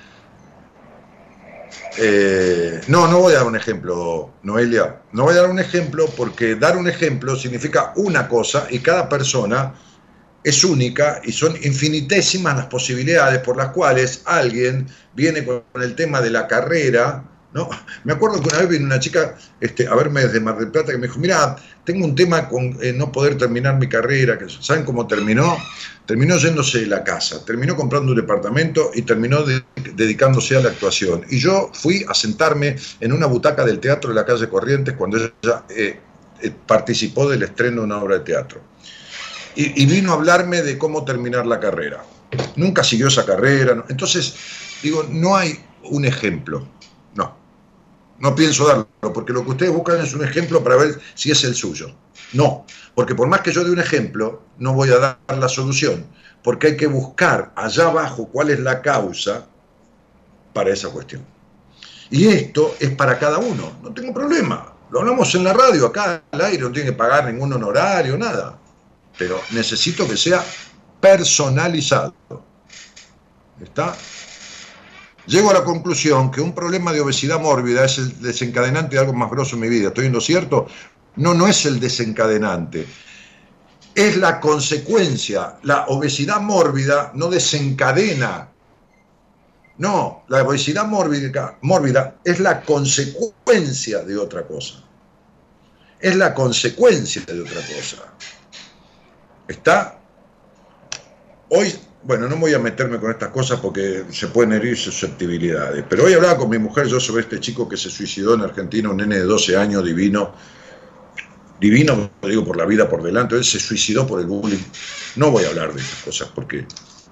Eh, no, no voy a dar un ejemplo, Noelia, no voy a dar un ejemplo porque dar un ejemplo significa una cosa y cada persona es única y son infinitésimas las posibilidades por las cuales alguien viene con el tema de la carrera, ¿no? Me acuerdo que una vez vino una chica este, a verme desde Mar del Plata que me dijo, mira, tengo un tema con eh, no poder terminar mi carrera, que ¿saben cómo terminó? Terminó yéndose de la casa, terminó comprando un departamento y terminó de, dedicándose a la actuación. Y yo fui a sentarme en una butaca del Teatro de la Calle Corrientes cuando ella eh, eh, participó del estreno de una obra de teatro. Y, y vino a hablarme de cómo terminar la carrera. Nunca siguió esa carrera. ¿No? Entonces, digo, no hay un ejemplo. No. No pienso darlo, porque lo que ustedes buscan es un ejemplo para ver si es el suyo. No, porque por más que yo dé un ejemplo, no voy a dar la solución, porque hay que buscar allá abajo cuál es la causa para esa cuestión. Y esto es para cada uno, no tengo problema. Lo hablamos en la radio, acá al aire, no tiene que pagar ningún honorario, nada. Pero necesito que sea personalizado. ¿Está? Llego a la conclusión que un problema de obesidad mórbida es el desencadenante de algo más grosso en mi vida. ¿Estoy en lo cierto? No, no es el desencadenante. Es la consecuencia. La obesidad mórbida no desencadena. No, la obesidad mórbida, mórbida es la consecuencia de otra cosa. Es la consecuencia de otra cosa. ¿Está? Hoy... Bueno, no voy a meterme con estas cosas porque se pueden herir susceptibilidades, pero hoy hablaba con mi mujer yo sobre este chico que se suicidó en Argentina, un nene de doce años, divino, divino, lo digo por la vida por delante, él se suicidó por el bullying. No voy a hablar de esas cosas porque...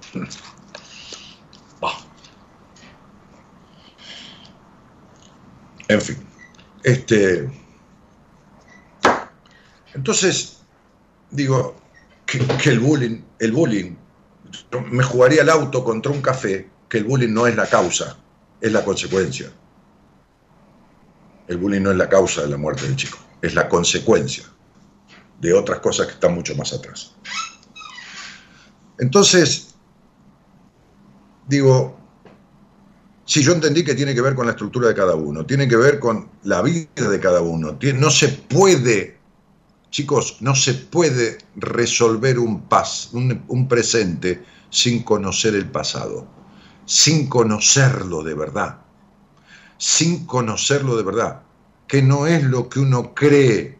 Oh. En fin. Este... Entonces, digo, que, que el bullying, el bullying, me jugaría el auto contra un café, que el bullying no es la causa, es la consecuencia. El bullying no es la causa de la muerte del chico, es la consecuencia de otras cosas que están mucho más atrás. Entonces, digo, si yo entendí que tiene que ver con la estructura de cada uno, tiene que ver con la vida de cada uno, no se puede, chicos, no se puede resolver un, pas, un, un presente sin conocer el pasado, sin conocerlo de verdad. Sin conocerlo de verdad, que no es lo que uno cree,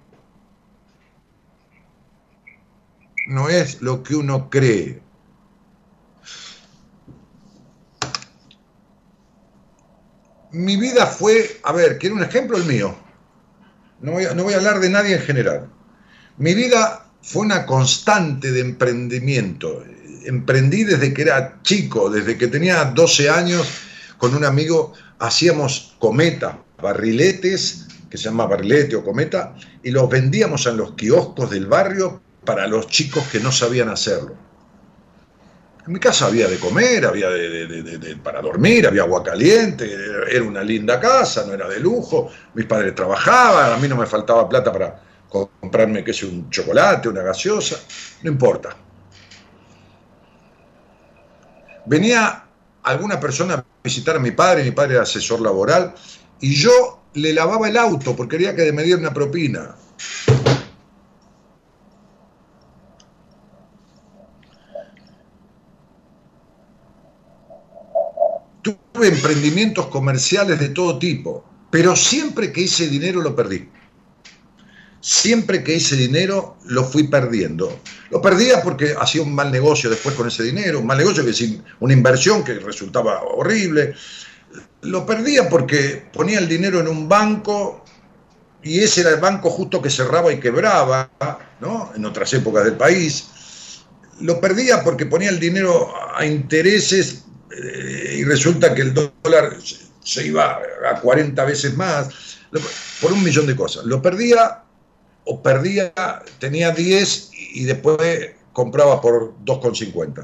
no es lo que uno cree. Mi vida fue, a ver, ¿quiere un ejemplo? El mío. No voy a, no voy a hablar de nadie en general. Mi vida fue una constante de emprendimiento. Emprendí desde que era chico, desde que tenía doce años, con un amigo hacíamos cometa, barriletes, que se llama barrilete o cometa, y los vendíamos en los kioscos del barrio para los chicos que no sabían hacerlo. En mi casa había de comer, había de, de, de, de, para dormir, había agua caliente, era una linda casa, no era de lujo, mis padres trabajaban, a mí no me faltaba plata para comprarme, qué sé, un chocolate, una gaseosa, no importa. Venía alguna persona a visitar a mi padre, mi padre era asesor laboral, y yo le lavaba el auto porque quería que me diera una propina. Tuve emprendimientos comerciales de todo tipo, pero siempre que hice dinero lo perdí. Siempre que hice dinero lo fui perdiendo. Lo perdía porque hacía un mal negocio después con ese dinero, un mal negocio que es una inversión que resultaba horrible. Lo perdía porque ponía el dinero en un banco y ese era el banco justo que cerraba y quebraba, ¿no? En otras épocas del país. Lo perdía porque ponía el dinero a intereses eh, y resulta que el dólar se iba a cuarenta veces más, por un millón de cosas. Lo perdía o perdía, tenía diez y después compraba por dos con cincuenta.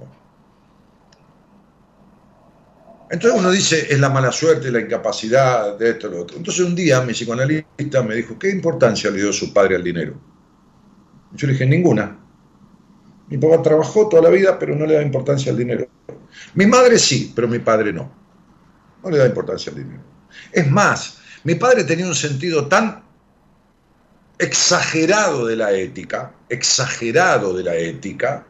Entonces uno dice, es la mala suerte, la incapacidad de esto y lo otro. Entonces un día mi psicoanalista me dijo, ¿qué importancia le dio su padre al dinero? Y yo le dije, ninguna. Mi papá trabajó toda la vida, pero no le da importancia al dinero. Mi madre sí, pero mi padre no. No le da importancia al dinero. Es más, mi padre tenía un sentido tan exagerado de la ética, exagerado de la ética,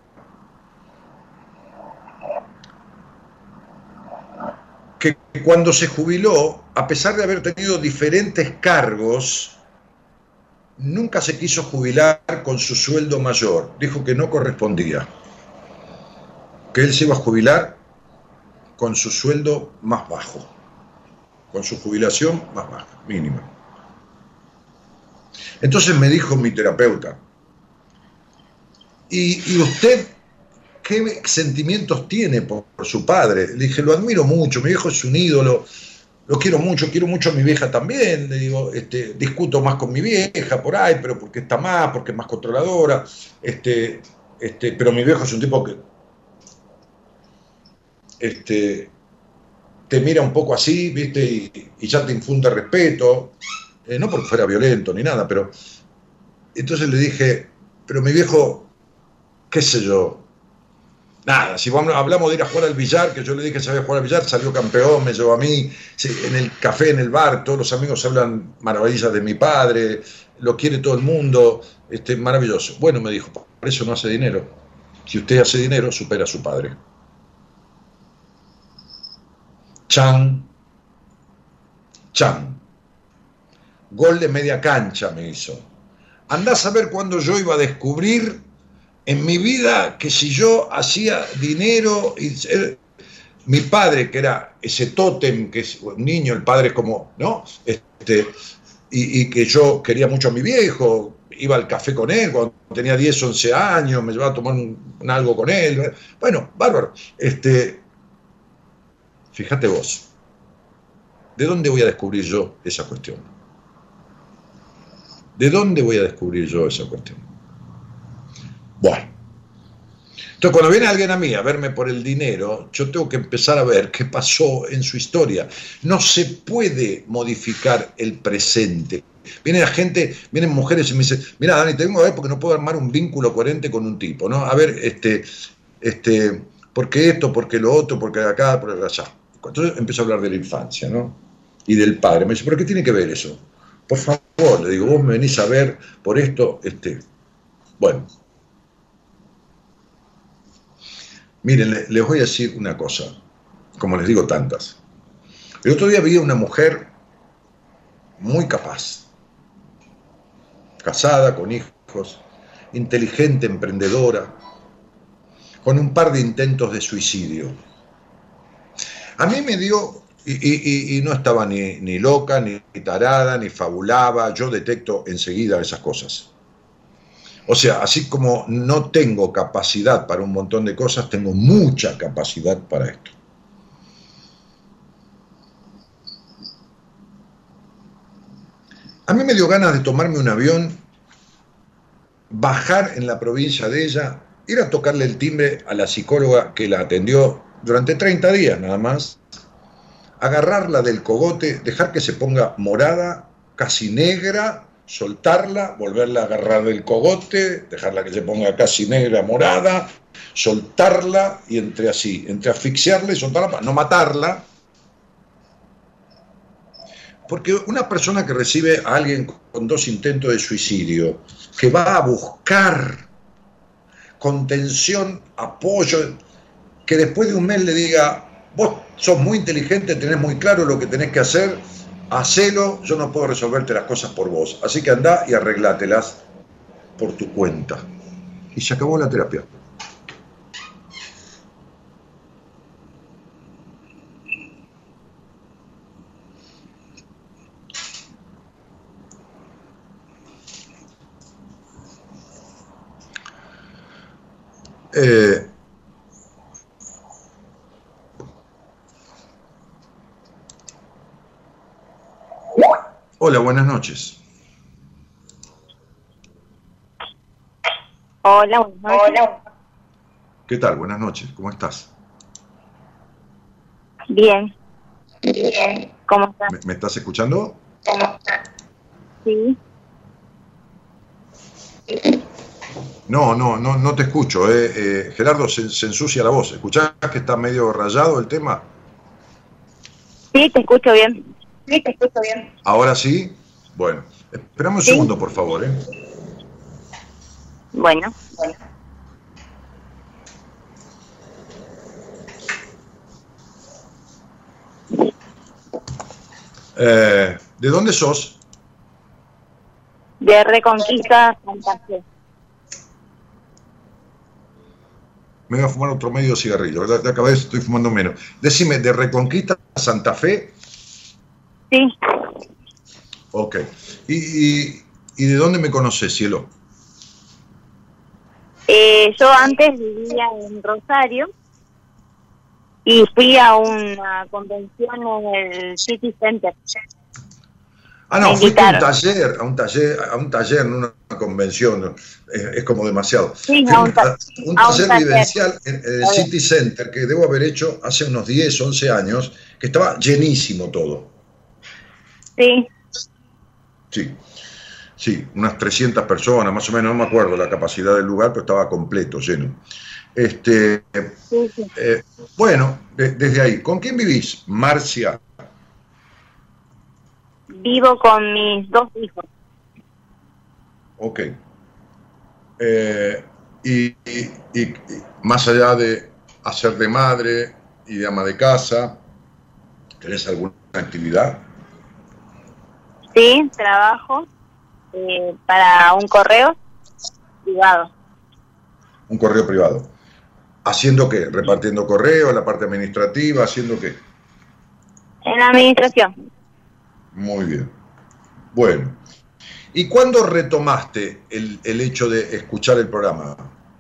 que cuando se jubiló, a pesar de haber tenido diferentes cargos, nunca se quiso jubilar con su sueldo mayor. Dijo que no correspondía, que él se iba a jubilar con su sueldo más bajo, con su jubilación más baja, mínima. Entonces me dijo mi terapeuta, ¿y, y usted qué sentimientos tiene por, por su padre? Le dije, lo admiro mucho, mi viejo es un ídolo, lo quiero mucho, quiero mucho a mi vieja también, le digo, este, discuto más con mi vieja por ahí, pero porque está más, porque es más controladora, este, este, pero mi viejo es un tipo que este, te mira un poco así, ¿viste? Y, y ya te infunde respeto. Eh, no porque fuera violento ni nada, pero entonces le dije, pero mi viejo, qué sé yo, nada, si hablamos de ir a jugar al billar, que yo le dije que sabía jugar al billar, salió campeón, me llevó a mí, en el café, en el bar, todos los amigos hablan maravillas de mi padre, lo quiere todo el mundo, este, maravilloso. Bueno, me dijo, por eso no hace dinero. Si usted hace dinero, supera a su padre. Chan, chan. Gol de media cancha me hizo. Andás a ver cuándo yo iba a descubrir en mi vida que si yo hacía dinero, y eh, mi padre, que era ese tótem, que es un niño, el padre es como, ¿no? Este, y, y que yo quería mucho a mi viejo, iba al café con él cuando tenía diez, once años, me llevaba a tomar un, un algo con él. Bueno, bárbaro. Este, fíjate vos, ¿de dónde voy a descubrir yo esa cuestión? ¿De dónde voy a descubrir yo esa cuestión? Bueno. Entonces, cuando viene alguien a mí a verme por el dinero, yo tengo que empezar a ver qué pasó en su historia. No se puede modificar el presente. Viene la gente, vienen mujeres y me dicen, mira, Dani, te vengo a ver porque no puedo armar un vínculo coherente con un tipo, ¿no? A ver, este, este, ¿por qué esto? ¿Por qué lo otro? ¿Por qué acá? ¿Por allá? Entonces empiezo a hablar de la infancia, ¿no? Y del padre. Me dice, ¿pero qué tiene que ver eso? Por favor, le digo, vos me venís a ver por esto, este, bueno. Miren, les voy a decir una cosa, como les digo tantas. El otro día vi a una mujer muy capaz, casada, con hijos, inteligente, emprendedora, con un par de intentos de suicidio. A mí me dio, y, y, y no estaba ni, ni loca, ni tarada, ni fabulaba, yo detecto enseguida esas cosas. O sea, así como no tengo capacidad para un montón de cosas, tengo mucha capacidad para esto. A mí me dio ganas de tomarme un avión, bajar en la provincia de ella, ir a tocarle el timbre a la psicóloga que la atendió durante treinta días nada más, agarrarla del cogote, dejar que se ponga morada, casi negra, soltarla, volverla a agarrar del cogote, dejarla que se ponga casi negra, morada, soltarla y entre así, entre asfixiarla y soltarla, no matarla. Porque una persona que recibe a alguien con dos intentos de suicidio, que va a buscar contención, apoyo, que después de un mes le diga, vos sos muy inteligente, tenés muy claro lo que tenés que hacer, hacelo, yo no puedo resolverte las cosas por vos. Así que andá y arreglátelas por tu cuenta. Y se acabó la terapia. Eh, Hola, buenas noches. Hola, buenas noches. Hola. ¿Qué tal? Buenas noches. ¿Cómo estás? Bien. Bien. ¿Cómo estás? ¿Me, me estás escuchando? Sí. No, no, no, no te escucho. Eh. Eh, Gerardo, se, se ensucia la voz. ¿Escuchás que está medio rayado el tema? Sí, te escucho bien. Sí, te escucho bien. ¿Ahora sí? Bueno, esperame un ¿Sí? segundo, por favor, ¿eh? Bueno, bueno. Eh, ¿De dónde sos? De Reconquista, Santa Fe. Me voy a fumar otro medio cigarrillo, ¿verdad? De cada vez estoy fumando menos. Decime, ¿de Reconquista Santa Fe? Sí. Ok. ¿Y, y, y de dónde me conoces, cielo? Eh, yo antes vivía en Rosario y fui a una convención en el City Center. Ah, no, me fuiste a un invitaron. taller, a un taller, a un taller, no una convención, es, es como demasiado. Sí, Fui a un, ta un a un taller taller vivencial en, en el City Center que debo haber hecho hace unos diez, once años, que estaba llenísimo todo. Sí. Sí, sí, unas trescientas personas, más o menos, no me acuerdo la capacidad del lugar, pero estaba completo, lleno. Este, Sí, sí. eh, bueno, de, desde ahí, ¿con quién vivís, Marcia? Vivo con mis dos hijos. Ok. Eh, y, y, y, y más allá de hacer de madre y de ama de casa, ¿tenés alguna actividad? Sí, trabajo eh, para un correo privado. Un correo privado. ¿Haciendo qué? ¿Repartiendo correo, la parte administrativa? ¿Haciendo qué? En la administración. Muy bien. Bueno. ¿Y cuándo retomaste el, el hecho de escuchar el programa?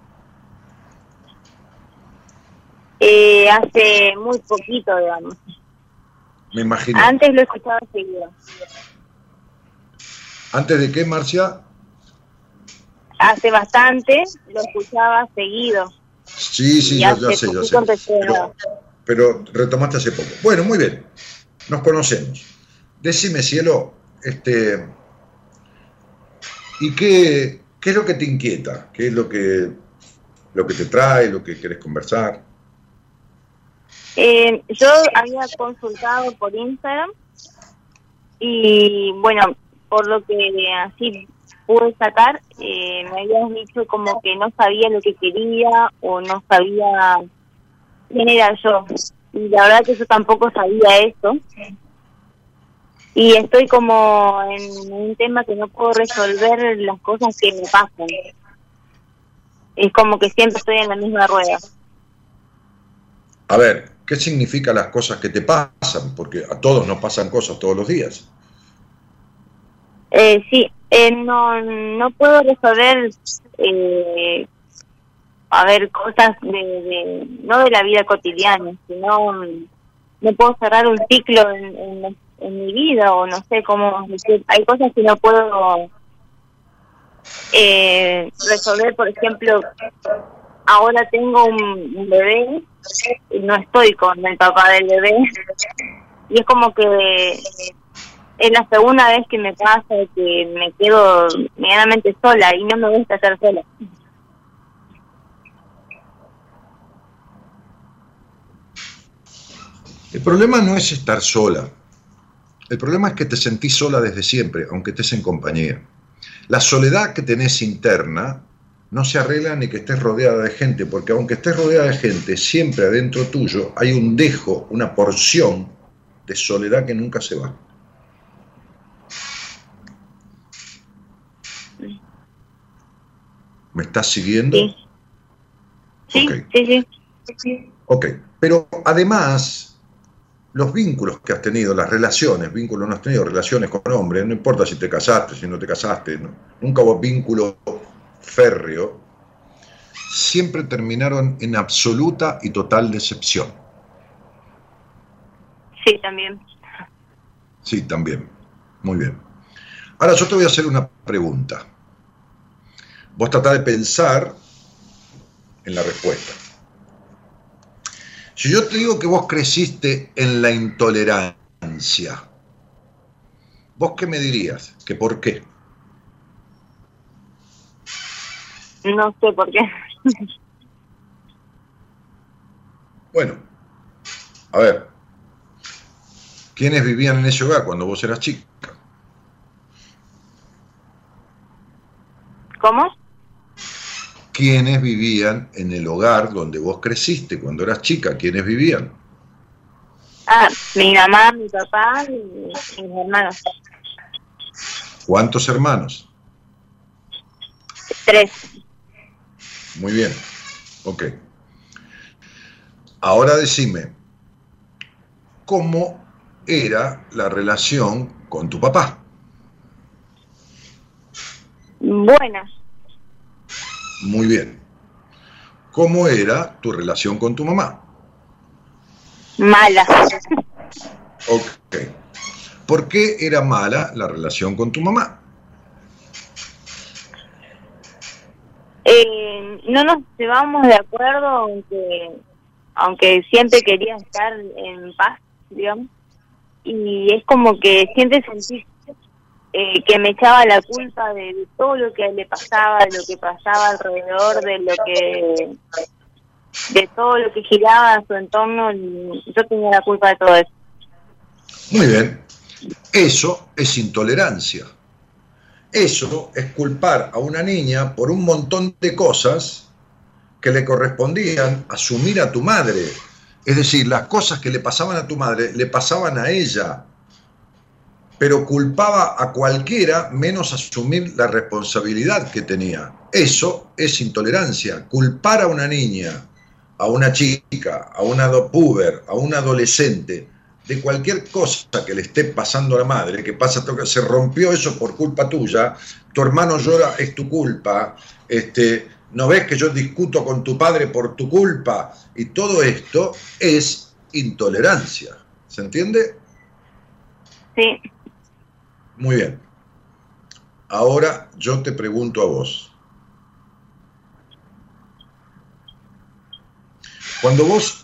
Eh, hace muy poquito, digamos. Me imagino. Antes lo escuchaba seguido. ¿Antes de qué, Marcia? Hace bastante lo escuchaba seguido. Sí, sí, yo ya sé, yo sé. Pero, pero retomaste hace poco. Bueno, muy bien. Nos conocemos. Decime, cielo, este, ¿y qué, qué es lo que te inquieta? ¿Qué es lo que, lo que te trae, lo que querés conversar? Eh, yo había consultado por Instagram y, bueno, por lo que así pude sacar, eh, me habías dicho como que no sabía lo que quería o no sabía quién era yo. Y la verdad que yo tampoco sabía eso. Y estoy como en un tema que no puedo resolver las cosas que me pasan. Es como que siempre estoy en la misma rueda. A ver, ¿qué significan las cosas que te pasan? Porque a todos nos pasan cosas todos los días. Eh, sí, eh, no, no puedo resolver, eh, a ver, cosas de, de, no de la vida cotidiana, sino no puedo cerrar un ciclo en, en, en mi vida, o no sé cómo decir. Hay cosas que no puedo eh, resolver. Por ejemplo, ahora tengo un, un bebé y no estoy con el papá del bebé, y es como que es la segunda vez que me pasa que me quedo medianamente sola y no me gusta estar sola. El problema no es estar sola. El problema es que te sentís sola desde siempre, aunque estés en compañía. La soledad que tenés interna no se arregla ni que estés rodeada de gente, porque aunque estés rodeada de gente, siempre adentro tuyo hay un dejo, una porción de soledad que nunca se va. ¿Me estás siguiendo? Sí. Sí, okay. sí, sí, sí. Ok, pero además, los vínculos que has tenido, las relaciones, vínculos no has tenido, relaciones con hombres, no importa si te casaste, si no te casaste, no, nunca hubo vínculo férreo, siempre terminaron en absoluta y total decepción. Sí, también. Sí, también. Muy bien. Ahora yo te voy a hacer una pregunta. Vos tratá de pensar en la respuesta. Si yo te digo que vos creciste en la intolerancia, ¿vos qué me dirías? ¿Que por qué? No sé por qué. Bueno, a ver, ¿quiénes vivían en ese hogar cuando vos eras chica? ¿Cómo? ¿Quiénes vivían en el hogar donde vos creciste cuando eras chica? ¿Quiénes vivían? Ah, mi mamá, mi papá y, y mis hermanos. ¿Cuántos hermanos? Tres. Muy bien, ok. Ahora decime, ¿cómo era la relación con tu papá? Buena. Muy bien. ¿Cómo era tu relación con tu mamá? Mala. Ok. ¿Por qué era mala la relación con tu mamá? Eh, no nos llevamos de acuerdo, aunque aunque siempre quería estar en paz, digamos. Y es como que siempre sentí eh, que me echaba la culpa de, de todo lo que le pasaba, de lo que pasaba alrededor, de lo que de todo lo que giraba a su entorno. Yo tenía la culpa de todo eso. Muy bien. Eso es intolerancia. Eso es culpar a una niña por un montón de cosas que le correspondían asumir a tu madre. Es decir, las cosas que le pasaban a tu madre le pasaban a ella, pero culpaba a cualquiera menos asumir la responsabilidad que tenía. Eso es intolerancia. Culpar a una niña, a una chica, a una puber, a un adolescente de cualquier cosa que le esté pasando a la madre, que pasa, se rompió eso por culpa tuya, tu hermano llora, es tu culpa, este, no ves que yo discuto con tu padre por tu culpa, y todo esto es intolerancia, ¿se entiende? Sí. Muy bien. Ahora yo te pregunto a vos. Cuando vos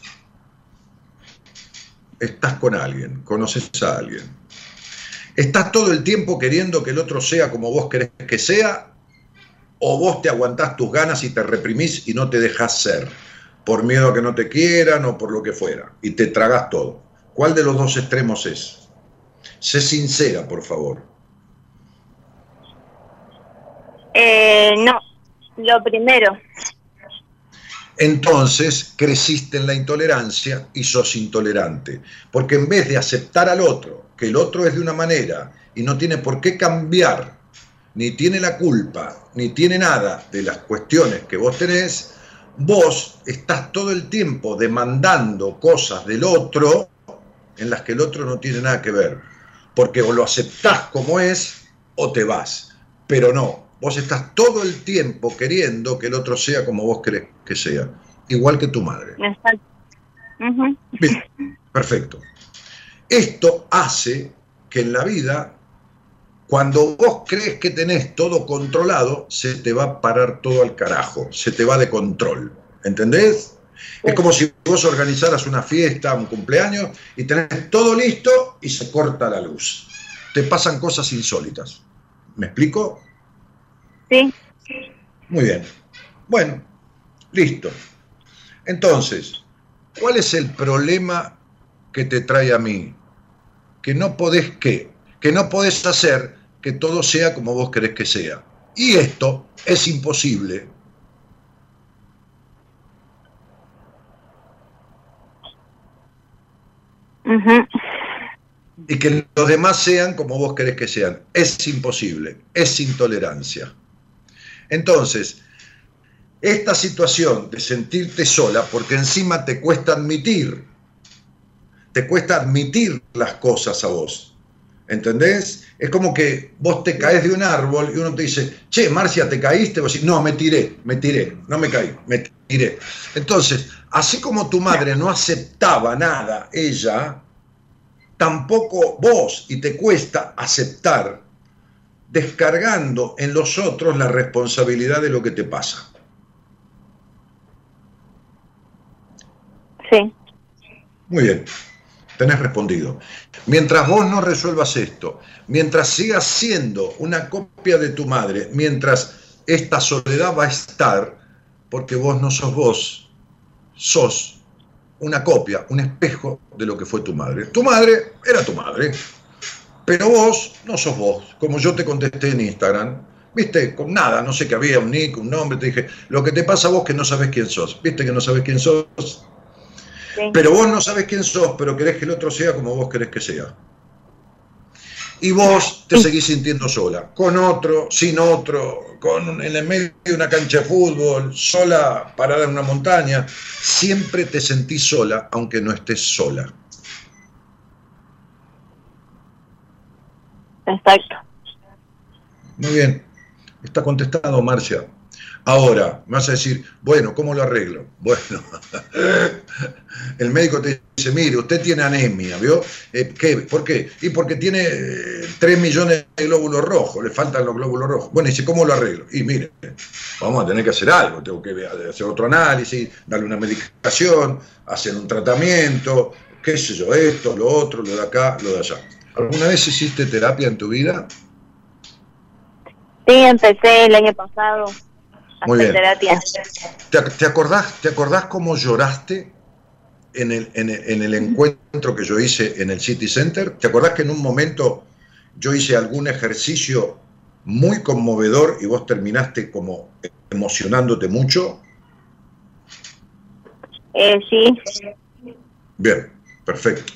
estás con alguien, conoces a alguien, ¿estás todo el tiempo queriendo que el otro sea como vos querés que sea? ¿O vos te aguantás tus ganas y te reprimís y no te dejás ser? Por miedo a que no te quieran o por lo que fuera. Y te tragás todo. ¿Cuál de los dos extremos es? Sé sincera, por favor. Eh, no, lo primero. Entonces creciste en la intolerancia y sos intolerante. Porque en vez de aceptar al otro, que el otro es de una manera y no tiene por qué cambiar, ni tiene la culpa, ni tiene nada de las cuestiones que vos tenés, vos estás todo el tiempo demandando cosas del otro en las que el otro no tiene nada que ver. Porque o lo aceptás como es o te vas. Pero no. Vos estás todo el tiempo queriendo que el otro sea como vos querés que sea, igual que tu madre. Exacto. Uh-huh. Bien, perfecto. Esto hace que en la vida, cuando vos crees que tenés todo controlado, se te va a parar todo al carajo, se te va de control, ¿entendés? Sí. Es como si vos organizaras una fiesta, un cumpleaños, y tenés todo listo y se corta la luz. Te pasan cosas insólitas. ¿Me explico? Sí. Muy bien. Bueno, listo. Entonces, ¿cuál es el problema que te trae a mí? Que no podés qué, que no podés hacer que todo sea como vos querés que sea. Y esto es imposible. Uh-huh. Y que los demás sean como vos querés que sean. Es imposible, es intolerancia. Entonces, esta situación de sentirte sola, porque encima te cuesta admitir, te cuesta admitir las cosas a vos, ¿entendés? Es como que vos te caes de un árbol y uno te dice, che, Marcia, ¿te caíste? Vos decís, no, me tiré, me tiré, no me caí, me tiré. Entonces, así como tu madre no aceptaba nada, ella, tampoco vos, y te cuesta aceptar, descargando en los otros la responsabilidad de lo que te pasa. Sí. Muy bien, tenés respondido. Mientras vos no resuelvas esto, mientras sigas siendo una copia de tu madre, mientras esta soledad va a estar, porque vos no sos vos, sos una copia, un espejo de lo que fue tu madre. Tu madre era tu madre. Pero vos no sos vos, como yo te contesté en Instagram, viste, con nada, no sé qué había, un nick, un nombre, te dije, lo que te pasa a vos que no sabés quién sos, viste que no sabés quién sos, sí. Pero vos no sabés quién sos, pero querés que el otro sea como vos querés que sea. Y vos te seguís sintiendo sola, con otro, sin otro, con en el medio de una cancha de fútbol, sola, parada en una montaña, siempre te sentís sola, aunque no estés sola. Exacto. Muy bien, está contestado, Marcia. Ahora, me vas a decir, bueno, ¿cómo lo arreglo? Bueno, el médico te dice, mire, usted tiene anemia, ¿vio? Eh, ¿qué? ¿Por qué? Y porque tiene eh, tres millones de glóbulos rojos, le faltan los glóbulos rojos. Bueno, dice, ¿cómo lo arreglo? Y mire, vamos a tener que hacer algo, tengo que hacer otro análisis, darle una medicación, hacer un tratamiento, qué sé yo, esto, lo otro, lo de acá, lo de allá. ¿Alguna vez hiciste terapia en tu vida? Sí, empecé el año pasado. Muy bien. Terapia. ¿Te, te, acordás, ¿Te acordás cómo lloraste en el, en, el, en el encuentro que yo hice en el City Center? ¿Te acordás que en un momento yo hice algún ejercicio muy conmovedor y vos terminaste como emocionándote mucho? Eh, sí. Bien, perfecto.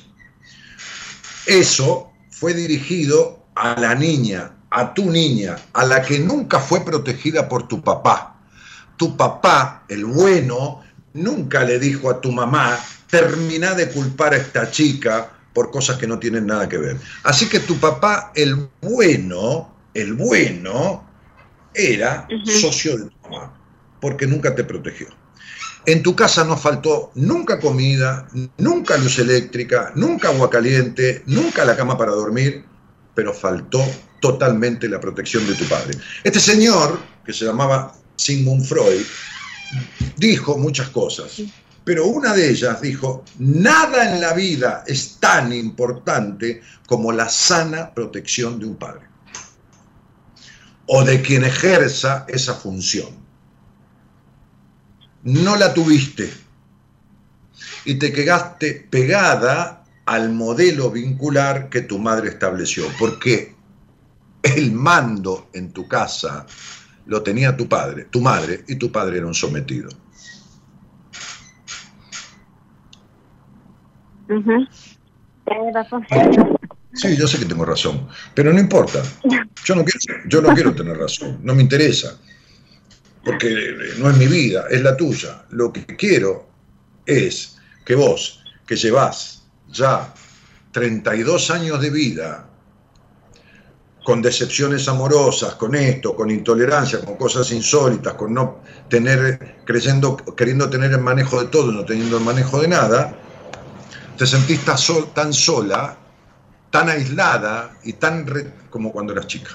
Eso fue dirigido a la niña, a tu niña, a la que nunca fue protegida por tu papá. Tu papá, el bueno, nunca le dijo a tu mamá, terminá de culpar a esta chica por cosas que no tienen nada que ver. Así que tu papá, el bueno, el bueno, era uh-huh. socio de tu mamá, porque nunca te protegió. En tu casa no faltó nunca comida, nunca luz eléctrica, nunca agua caliente, nunca la cama para dormir, pero faltó totalmente la protección de tu padre. Este señor, que se llamaba Sigmund Freud, dijo muchas cosas, pero una de ellas dijo: nada en la vida es tan importante como la sana protección de un padre, o de quien ejerza esa función. No la tuviste y te quedaste pegada al modelo vincular que tu madre estableció, porque el mando en tu casa lo tenía tu padre, tu madre, y tu padre era un sometido. Uh-huh. Tienes razón. Sí, yo sé que tengo razón, pero no importa. Yo no quiero, yo no quiero tener razón, no me interesa, porque no es mi vida, es la tuya. Lo que quiero es que vos, que llevás ya treinta y dos años de vida, con decepciones amorosas, con esto, con intolerancia, con cosas insólitas, con no tener, creyendo, queriendo tener el manejo de todo, no teniendo el manejo de nada, te sentís tan, sol, tan sola, tan aislada y tan re, como cuando eras chica.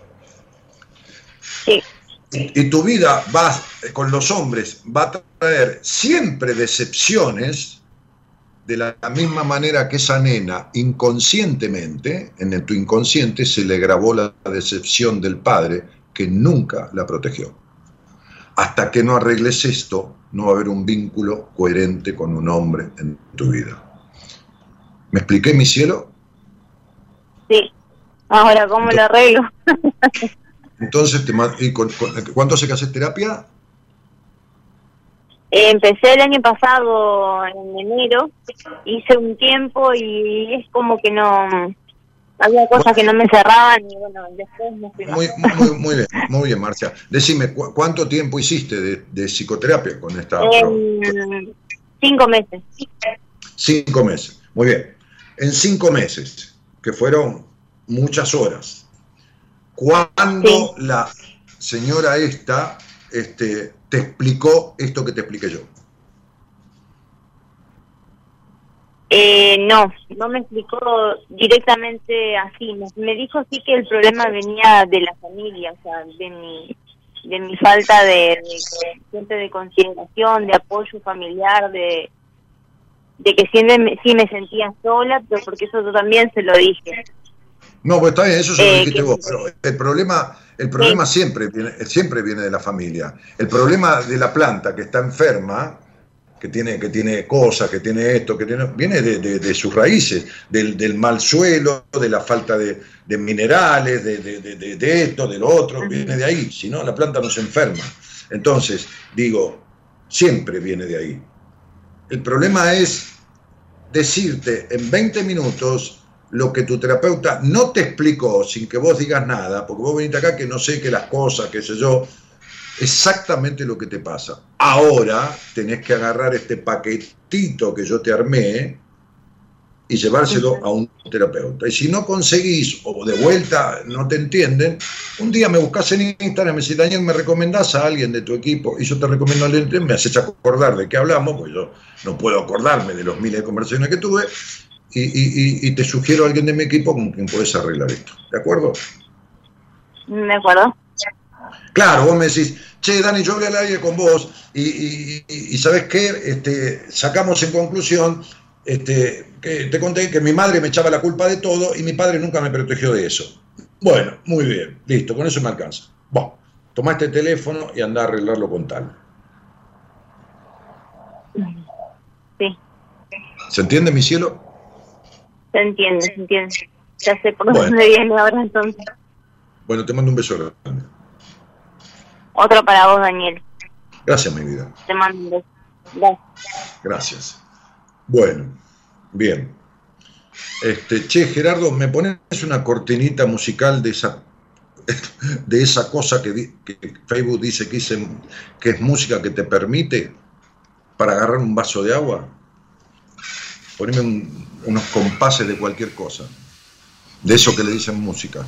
Sí. Y, y tu vida va, con los hombres, va a traer siempre decepciones, de la misma manera que esa nena inconscientemente, en tu inconsciente se le grabó la decepción del padre que nunca la protegió. Hasta que no arregles esto, no va a haber un vínculo coherente con un hombre en tu vida. ¿Me expliqué, mi cielo? Sí. Ahora, ¿cómo entonces, lo arreglo? Entonces, te, y con, con, ¿cuánto hace que haces terapia? Empecé el año pasado, en enero, hice un tiempo y es como que no, había cosas bueno, que no me cerraban y bueno, después me fui. Muy, muy, muy bien, muy bien, Marcia. Decime, ¿cu ¿cuánto tiempo hiciste de, de psicoterapia con esta? En cinco meses. Cinco meses, muy bien. En cinco meses, que fueron muchas horas, ¿cuándo sí. la señora esta, este, te explicó esto que te expliqué yo? Eh, no, no me explicó directamente así. Me, me dijo sí que el problema venía de la familia, o sea, de mi, de mi falta de, de, de, de consideración, de apoyo familiar, de, de que siempre me, sí me sentía sola, pero porque eso yo también se lo dije. No, pues está bien, eso se lo eh, dijiste vos, pero el problema, el problema sí. siempre, viene, siempre viene de la familia. El problema de la planta que está enferma, que tiene, que tiene cosas, que tiene esto, que tiene, viene de, de, de sus raíces, del, del mal suelo, de la falta de, de minerales, de, de, de, de esto, de lo otro, uh-huh. viene de ahí, si no la planta no se enferma. Entonces, digo, siempre viene de ahí. El problema es decirte en veinte minutos lo que tu terapeuta no te explicó sin que vos digas nada, porque vos veniste acá que no sé qué las cosas, qué sé yo, exactamente lo que te pasa. Ahora tenés que agarrar este paquetito que yo te armé y llevárselo a un terapeuta. Y si no conseguís, o de vuelta no te entienden, un día me buscás en Instagram y me decís: Daniel, ¿me recomendás a alguien de tu equipo? Y yo te recomiendo a alguien, me haces acordar de qué hablamos, porque yo no puedo acordarme de los miles de conversaciones que tuve, y, y, y te sugiero a alguien de mi equipo con quien podés arreglar esto. ¿De acuerdo? De acuerdo. Claro, vos me decís: che, Dani, yo hablé al aire con vos y, y, y, y ¿sabés qué? Este, sacamos en conclusión, este, que te conté que mi madre me echaba la culpa de todo y mi padre nunca me protegió de eso. Bueno, muy bien, listo, con eso me alcanza. Bueno, tomá este teléfono y andá a arreglarlo con tal. Sí. ¿Se entiende, mi cielo? Se entiende, se entiende. Ya sé por bueno. dónde viene ahora entonces. Bueno, te mando un beso grande. Otro para vos, Daniel. Gracias, mi vida. Te mando un beso. Gracias. Gracias. Bueno, bien. Este, che, Gerardo, ¿me pones una cortinita musical de esa de esa cosa que, que Facebook dice que, hice, que es música que te permite para agarrar un vaso de agua? poneme un, unos compases de cualquier cosa, de eso que le dicen música.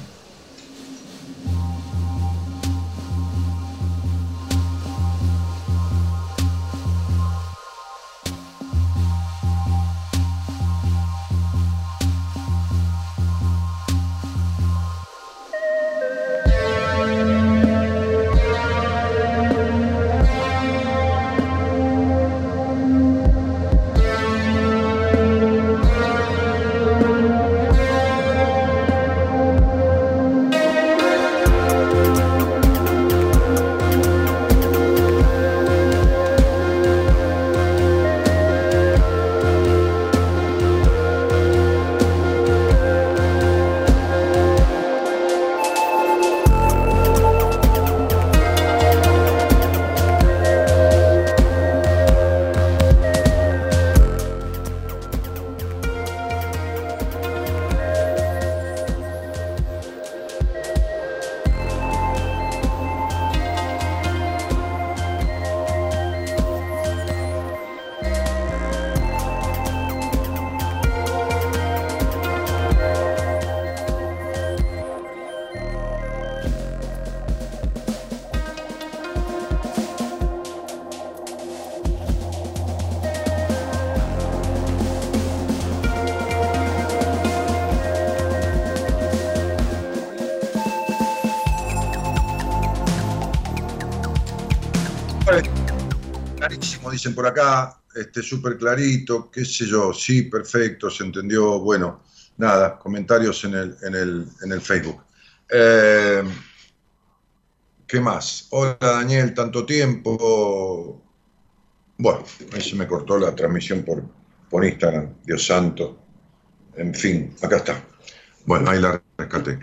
Clarísimo, dicen por acá, este, súper clarito, qué sé yo, sí, perfecto, se entendió, bueno, nada, comentarios en el, en el, en el Facebook. Eh, ¿Qué más? Hola Daniel, tanto tiempo. Bueno, ahí se me cortó la transmisión por, por Instagram, Dios santo. En fin, acá está. Bueno, ahí la rescaté.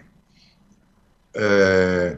Eh,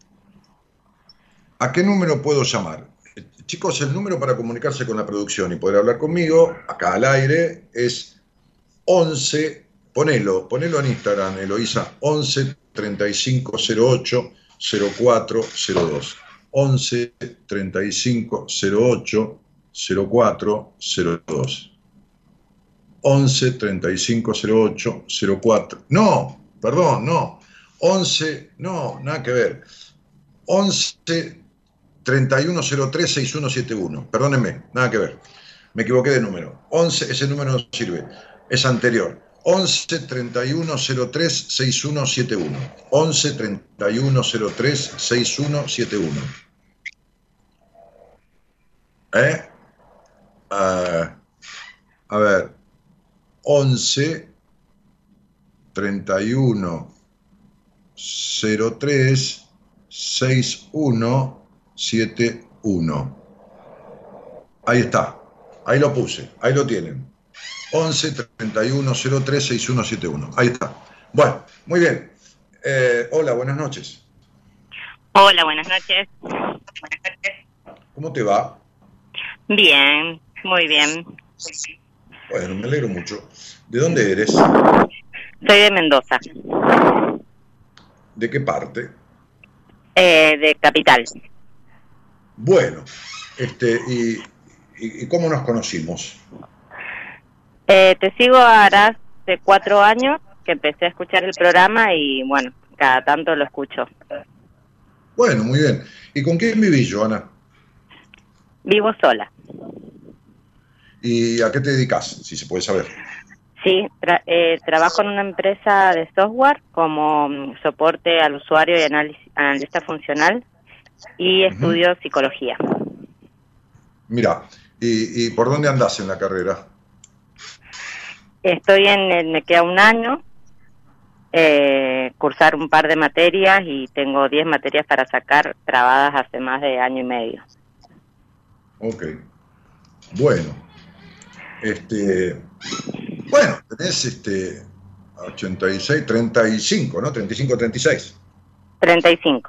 ¿A qué número puedo llamar? Chicos, el número para comunicarse con la producción y poder hablar conmigo, acá al aire, es once, ponelo, ponelo en Instagram, Eloísa, once treinta y cinco cero ocho cero cuatro cero dos. once treinta y cinco cero ocho cero cuatro cero dos. once treinta y cinco cero ocho cero cuatro. No, perdón, no. once, no, nada que ver. once treinta y uno cero tres sesenta y uno setenta y uno. Perdónenme, nada que ver. Me equivoqué de número. once, ese número no sirve. Es anterior. once treinta y uno cero tres sesenta y uno setenta y uno. once treinta y uno cero tres sesenta y uno setenta y uno. ¿Eh? Uh, a ver. once treinta y uno cero tres sesenta y uno setenta y uno. Ahí está. Ahí lo puse. Ahí lo tienen. once treinta y uno cero tres sesenta y uno setenta y uno. Ahí está. Bueno, muy bien. Eh, hola, buenas noches. Hola, buenas noches. Buenas noches. ¿Cómo te va? Bien, muy bien. Bueno, me alegro mucho. ¿De dónde eres? Soy de Mendoza. ¿De qué parte? Eh, de Capital. Bueno, este, y, y, ¿y cómo nos conocimos? Eh, te sigo ahora hace cuatro años que empecé a escuchar el programa y bueno, cada tanto lo escucho. Bueno, muy bien. ¿Y con quién vivís, Joana? Vivo sola. ¿Y a qué te dedicas, si se puede saber? Sí, tra eh, trabajo en una empresa de software como um, soporte al usuario y analista funcional y estudio uh-huh. psicología. Mira, ¿y, ¿y por dónde andás en la carrera? Estoy en, en me queda un año, eh, cursar un par de materias y tengo diez materias para sacar trabadas hace más de año y medio. Ok, bueno, este, bueno, tenés este ochenta y seis, treinta y cinco, ¿no? treinta y cinco, treinta y seis. treinta y cinco.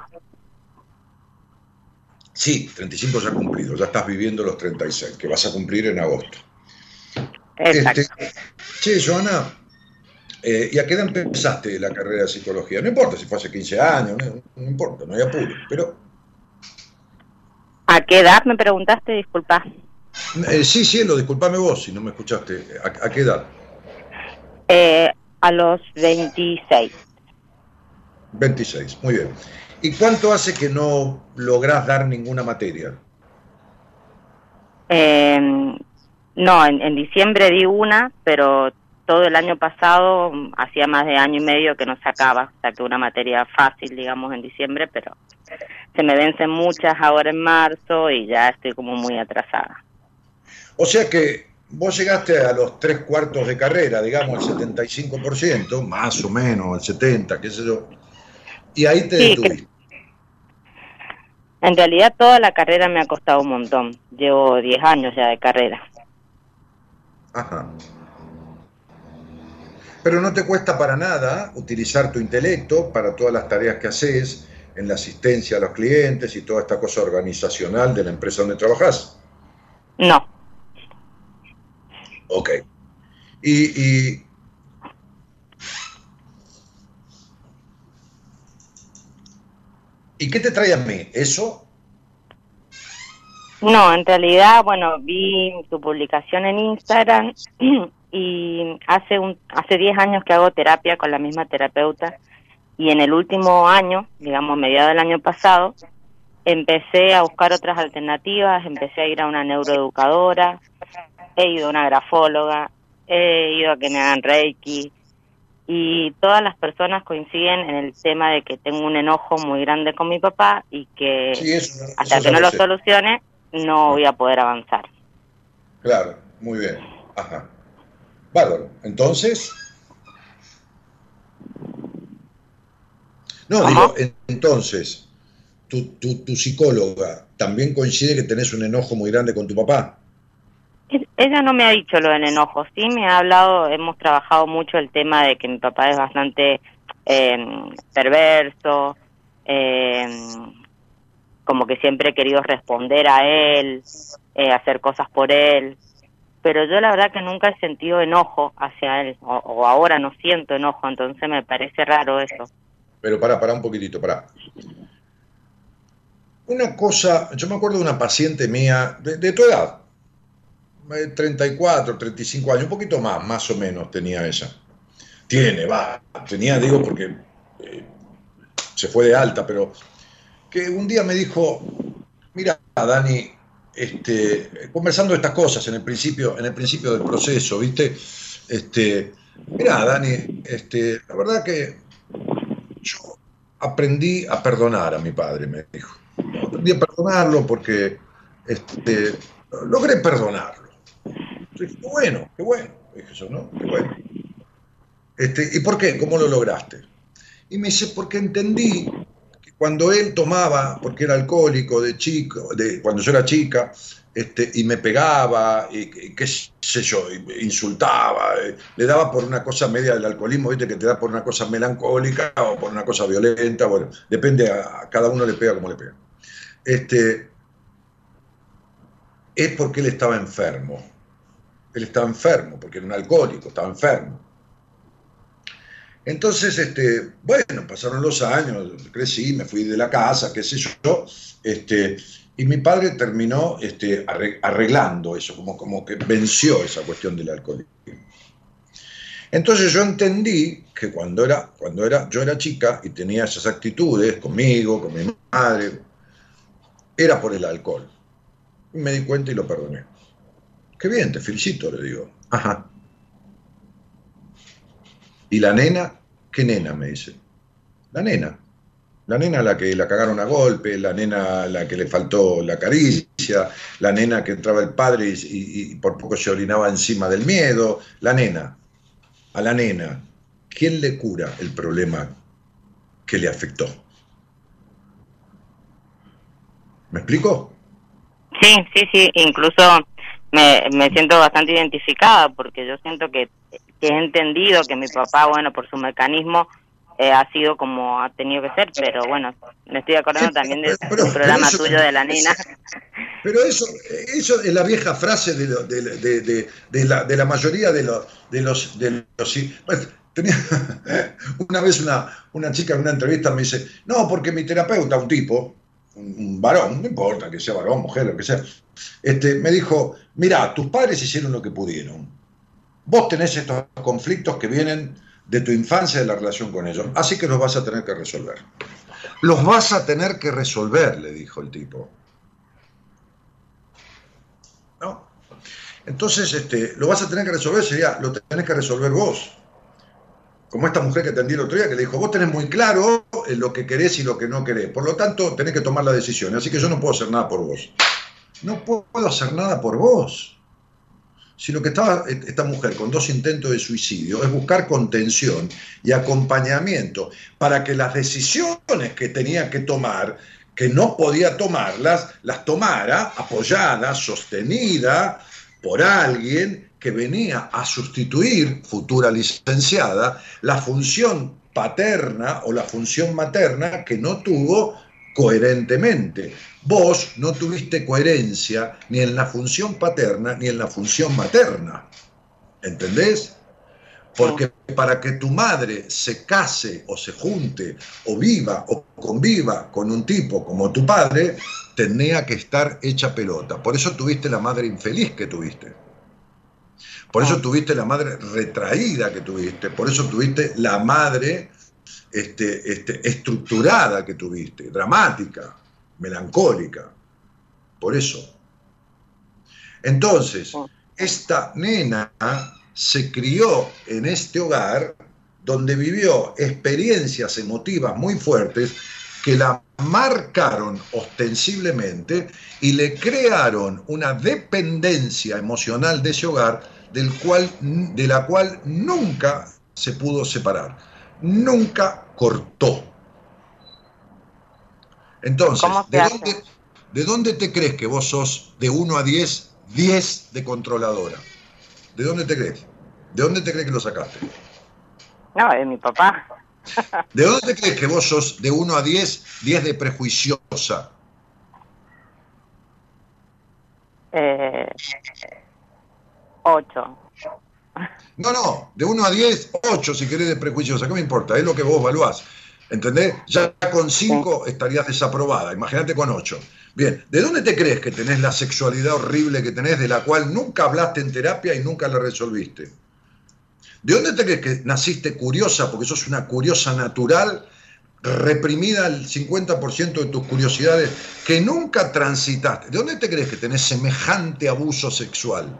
Sí, treinta y cinco ya cumplido, ya estás viviendo los treinta y seis, que vas a cumplir en agosto. Exacto. Este, che, Joana, eh, ¿y a qué edad empezaste la carrera de psicología? No importa si fue hace quince años, no, no importa, no hay apuro, pero... ¿A qué edad me preguntaste? Disculpa. Eh, sí, cielo, disculpame vos si no me escuchaste. ¿A, a qué edad? Eh, a los veintiséis. veintiséis, muy bien. ¿Y cuánto hace que no lográs dar ninguna materia? Eh, no, en, en diciembre di una, pero todo el año pasado hacía más de año y medio que no sacaba. Saqué una materia fácil, digamos, en diciembre, pero se me vencen muchas ahora en marzo y ya estoy como muy atrasada. O sea que vos llegaste a los tres cuartos de carrera, digamos, el setenta y cinco por ciento, más o menos, el setenta por ciento, qué sé yo, y ahí te Sí, detuviste. En realidad toda la carrera me ha costado un montón. Llevo diez años ya de carrera. Ajá. Pero no te cuesta para nada utilizar tu intelecto para todas las tareas que haces en la asistencia a los clientes y toda esta cosa organizacional de la empresa donde trabajás. No. Ok. Y, y ¿Y qué te trae a mí? ¿Eso? No, en realidad, bueno, vi tu publicación en Instagram y hace un hace diez años que hago terapia con la misma terapeuta y en el último año, digamos, mediados del año pasado, empecé a buscar otras alternativas, empecé a ir a una neuroeducadora, he ido a una grafóloga, he ido a que me hagan Reiki, y todas las personas coinciden en el tema de que tengo un enojo muy grande con mi papá y que Sí, eso, eso hasta ya que no lo lo sé. solucione no voy a poder avanzar. Claro, muy bien. Ajá. Bárbaro. Entonces. No, ¿Cómo? digo, en- entonces, tu, tu, tu psicóloga también coincide que tenés un enojo muy grande con tu papá. E- Ella no me ha dicho lo del enojo, sí me ha hablado, hemos trabajado mucho el tema de que mi papá es bastante eh, perverso, eh, como que siempre he querido responder a él, eh, hacer cosas por él, pero yo la verdad que nunca he sentido enojo hacia él, o, o ahora no siento enojo, entonces me parece raro eso. Pero pará, pará un poquitito, pará. Una cosa, yo me acuerdo de una paciente mía de, de tu edad, eh, treinta y cuatro, treinta y cinco años, un poquito más, más o menos tenía ella. Tiene, va, tenía, digo, porque eh, se fue de alta, pero que un día me dijo, mira, Dani, este, conversando estas cosas en el principio, en el principio del proceso, ¿viste? Este, mira, Dani, este, la verdad que yo aprendí a perdonar a mi padre, me dijo. Aprendí a perdonarlo porque este, logré perdonarlo. Yo dije, qué bueno, qué bueno, dije yo, ¿no? Qué bueno. Este, ¿y por qué? ¿Cómo lo lograste? Y me dice, porque entendí que cuando él tomaba, porque era alcohólico de chico, de, cuando yo era chica, este, y me pegaba, y, y qué sé yo, y insultaba, eh, le daba por una cosa media del alcoholismo, viste que te da por una cosa melancólica o por una cosa violenta, bueno, depende, a, a cada uno le pega como le pega. Este, es porque él estaba enfermo. Él estaba enfermo, porque era un alcohólico, estaba enfermo. Entonces, este, bueno, pasaron los años, crecí, me fui de la casa, qué sé yo, este, y mi padre terminó este, arreglando eso, como, como que venció esa cuestión del alcoholismo. Entonces yo entendí que cuando, era, cuando era, yo era chica y tenía esas actitudes conmigo, con mi madre, era por el alcohol. Y me di cuenta y lo perdoné. Qué bien, te felicito, le digo. Ajá. ¿Y la nena? ¿Qué nena? Me dice. La nena. La nena a la que la cagaron a golpe, la nena a la que le faltó la caricia, la nena que entraba el padre y, y, y por poco se orinaba encima del miedo. La nena. A la nena. ¿Quién le cura el problema que le afectó? ¿Me explico? Sí, sí, sí, incluso me, me siento bastante identificada porque yo siento que, que he entendido que mi papá, bueno, por su mecanismo eh, ha sido como ha tenido que ser, pero bueno, me estoy acordando Sí, también del pero- pero programa eso- tuyo de la nena. eso- Pero eso, eso es la vieja frase de, lo- de, de, de, de la, de la mayoría de los... De los, de los pues, tenía una vez una, una chica en una entrevista me dice, no, porque mi terapeuta, un tipo, un, un varón, no importa que sea varón, mujer, lo que sea, este, me dijo, mirá, tus padres hicieron lo que pudieron. Vos tenés estos conflictos que vienen de tu infancia, de la relación con ellos, así que los vas a tener que resolver. Los vas a tener que resolver, le dijo el tipo. ¿No? Entonces, este, lo vas a tener que resolver, sería, lo tenés que resolver vos. Como esta mujer que te atendí el otro día, que le dijo, vos tenés muy claro lo que querés y lo que no querés, por lo tanto, tenés que tomar la decisión, así que yo no puedo hacer nada por vos. No puedo hacer nada por vos. Si lo que estaba esta mujer con dos intentos de suicidio es buscar contención y acompañamiento para que las decisiones que tenía que tomar, que no podía tomarlas, las tomara apoyada, sostenida por alguien que venía a sustituir, futura licenciada, la función paterna o la función materna que no tuvo coherentemente. Vos no tuviste coherencia ni en la función paterna ni en la función materna. ¿Entendés? Porque para que tu madre se case o se junte o viva o conviva con un tipo como tu padre, tenía que estar hecha pelota. Por eso tuviste la madre infeliz que tuviste. Por eso tuviste la madre retraída que tuviste. Por eso tuviste la madre este, este, estructurada que tuviste, dramática, melancólica. Por eso. Entonces, esta nena se crió en este hogar donde vivió experiencias emotivas muy fuertes que la marcaron ostensiblemente y le crearon una dependencia emocional de ese hogar del cual, de la cual nunca se pudo separar, nunca cortó. Entonces, ¿de dónde, ¿de dónde te crees que vos sos de uno a diez, diez de controladora? ¿De dónde te crees? ¿De dónde te crees que lo sacaste? No, de mi papá. ¿De dónde te crees que vos sos de uno a diez, diez de prejuiciosa? Eh, ocho. No, no, de uno a diez, ocho si querés de prejuiciosa, ¿qué me importa? Es lo que vos evaluás, ¿entendés? Ya con cinco estarías desaprobada, imagínate con ocho. Bien, ¿de dónde te crees que tenés la sexualidad horrible que tenés, de la cual nunca hablaste en terapia y nunca la resolviste? ¿De dónde te crees que naciste curiosa, porque sos una curiosa natural, reprimida el cincuenta por ciento de tus curiosidades, que nunca transitaste? ¿De dónde te crees que tenés semejante abuso sexual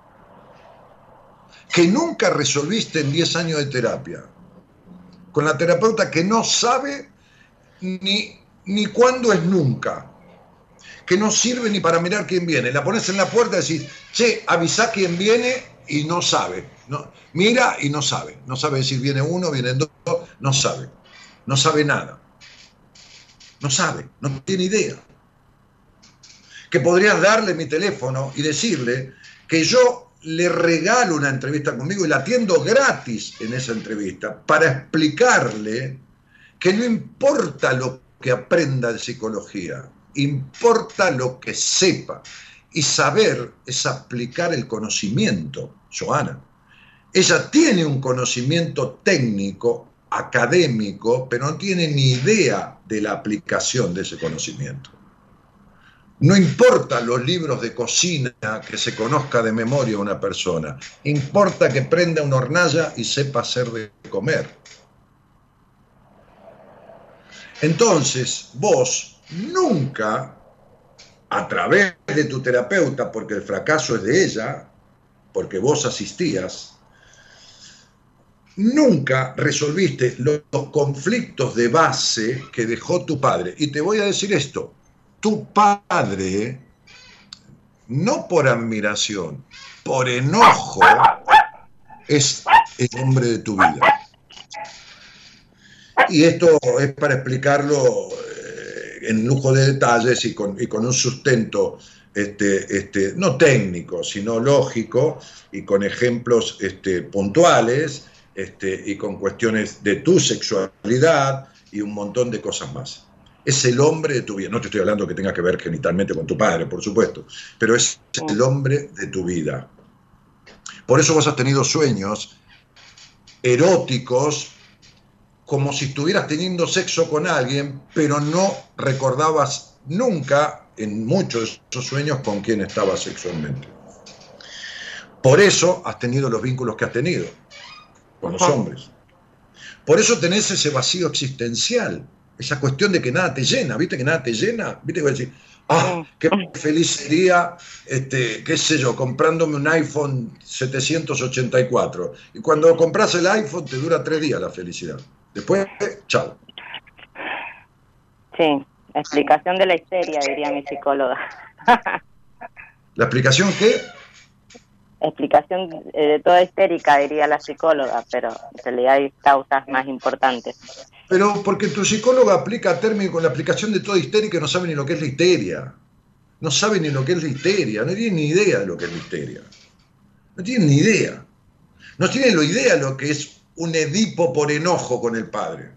que nunca resolviste en diez años de terapia? Con la terapeuta que no sabe ni, ni cuándo es nunca, que no sirve ni para mirar quién viene. La pones en la puerta y decís, che, avisá quién viene, y no sabe. No, mira y no sabe. No sabe decir viene uno, vienen dos, no sabe. No sabe nada. No sabe, no tiene idea. Que podrías darle mi teléfono y decirle que yo le regalo una entrevista conmigo y la atiendo gratis en esa entrevista para explicarle que no importa lo que aprenda de psicología, importa lo que sepa. Y saber es aplicar el conocimiento, Joana. Ella tiene un conocimiento técnico, académico, pero no tiene ni idea de la aplicación de ese conocimiento. No importa los libros de cocina que se conozca de memoria una persona, importa que prenda una hornalla y sepa hacer de comer. Entonces, vos nunca, a través de tu terapeuta, porque el fracaso es de ella, porque vos asistías, nunca resolviste los conflictos de base que dejó tu padre. Y te voy a decir esto, tu padre, no por admiración, por enojo, es el hombre de tu vida. Y esto es para explicarlo en lujo de detalles y con, y con un sustento este, este, no técnico, sino lógico, y con ejemplos este, puntuales, este, y con cuestiones de tu sexualidad y un montón de cosas más. Es el hombre de tu vida. No te estoy hablando que tenga que ver genitalmente con tu padre, por supuesto, pero es el hombre de tu vida. Por eso vos has tenido sueños eróticos, como si estuvieras teniendo sexo con alguien, pero no recordabas nunca en muchos de esos sueños con quién estaba sexualmente. Por eso has tenido los vínculos que has tenido con los hombres. Por eso tenés ese vacío existencial, esa cuestión de que nada te llena, ¿viste? Que nada te llena, ¿viste? Que vas a decir, ah, qué feliz sería, este, qué sé yo, comprándome un iPhone setecientos ochenta y cuatro. Y cuando compras el iPhone te dura tres días la felicidad. Después, chao. Sí, la explicación de la histeria, diría mi psicóloga. ¿La explicación qué? Explicación de toda histérica, diría la psicóloga, pero en realidad hay causas más importantes. Pero porque tu psicóloga aplica términos con la aplicación de toda histérica y no sabe ni lo que es la histeria. No sabe ni lo que es la histeria, no tiene ni idea de lo que es la histeria. No tiene ni idea. No tiene ni idea de lo que es un Edipo por enojo con el padre.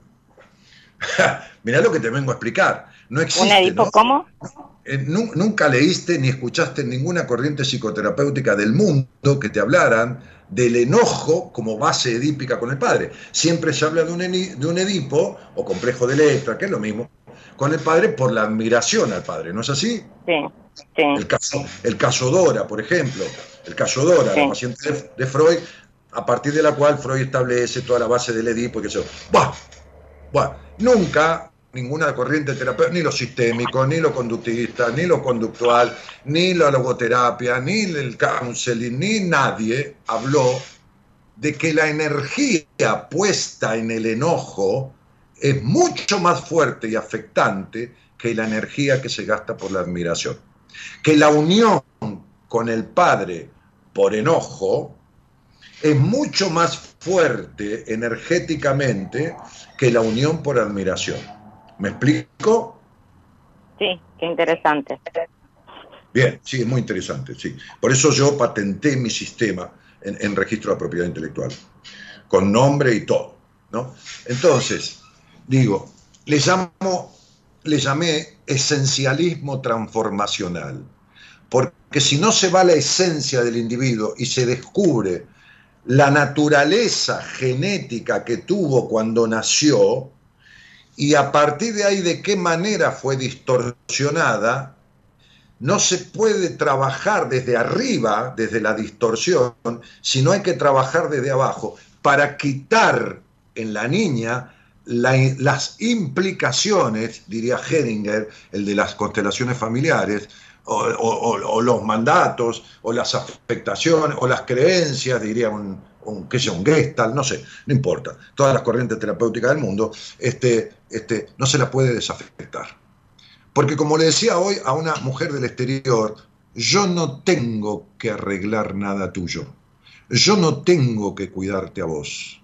Mirá lo que te vengo a explicar. No existe, ¿Un Edipo ¿no? cómo? Eh, nunca leíste ni escuchaste en ninguna corriente psicoterapéutica del mundo que te hablaran del enojo como base edípica con el padre. Siempre se habla de un, de un Edipo, o complejo de Electra, que es lo mismo, con el padre por la admiración al padre, ¿no es así? Sí, sí. El caso, el caso Dora, por ejemplo, el caso Dora, sí. La paciente de, de Freud, a partir de la cual Freud establece toda la base del Edipo y que eso. ¡Bah! ¡Bah! Nunca ninguna corriente terapéutica, ni lo sistémico, ni lo conductista, ni lo conductual, ni la logoterapia, ni el counseling, ni nadie habló de que la energía puesta en el enojo es mucho más fuerte y afectante que la energía que se gasta por la admiración. Que la unión con el padre por enojo es mucho más fuerte energéticamente que la unión por admiración. ¿Me explico? Sí, qué interesante. Bien, sí, es muy interesante, sí. Por eso yo patenté mi sistema en, en registro de propiedad intelectual, con nombre y todo, ¿no? Entonces, digo, le llamo, le llamé esencialismo transformacional, porque si no se va a la esencia del individuo y se descubre la naturaleza genética que tuvo cuando nació, y a partir de ahí de qué manera fue distorsionada, no se puede trabajar desde arriba, desde la distorsión, sino hay que trabajar desde abajo para quitar en la niña la, las implicaciones, diría Heringer, el de las constelaciones familiares, o, o, o los mandatos, o las afectaciones, o las creencias, diría un, un, qué sé, un Gestalt, no sé, no importa, todas las corrientes terapéuticas del mundo, este, este, no se las puede desafectar. Porque como le decía hoy a una mujer del exterior, yo no tengo que arreglar nada tuyo, yo no tengo que cuidarte a vos,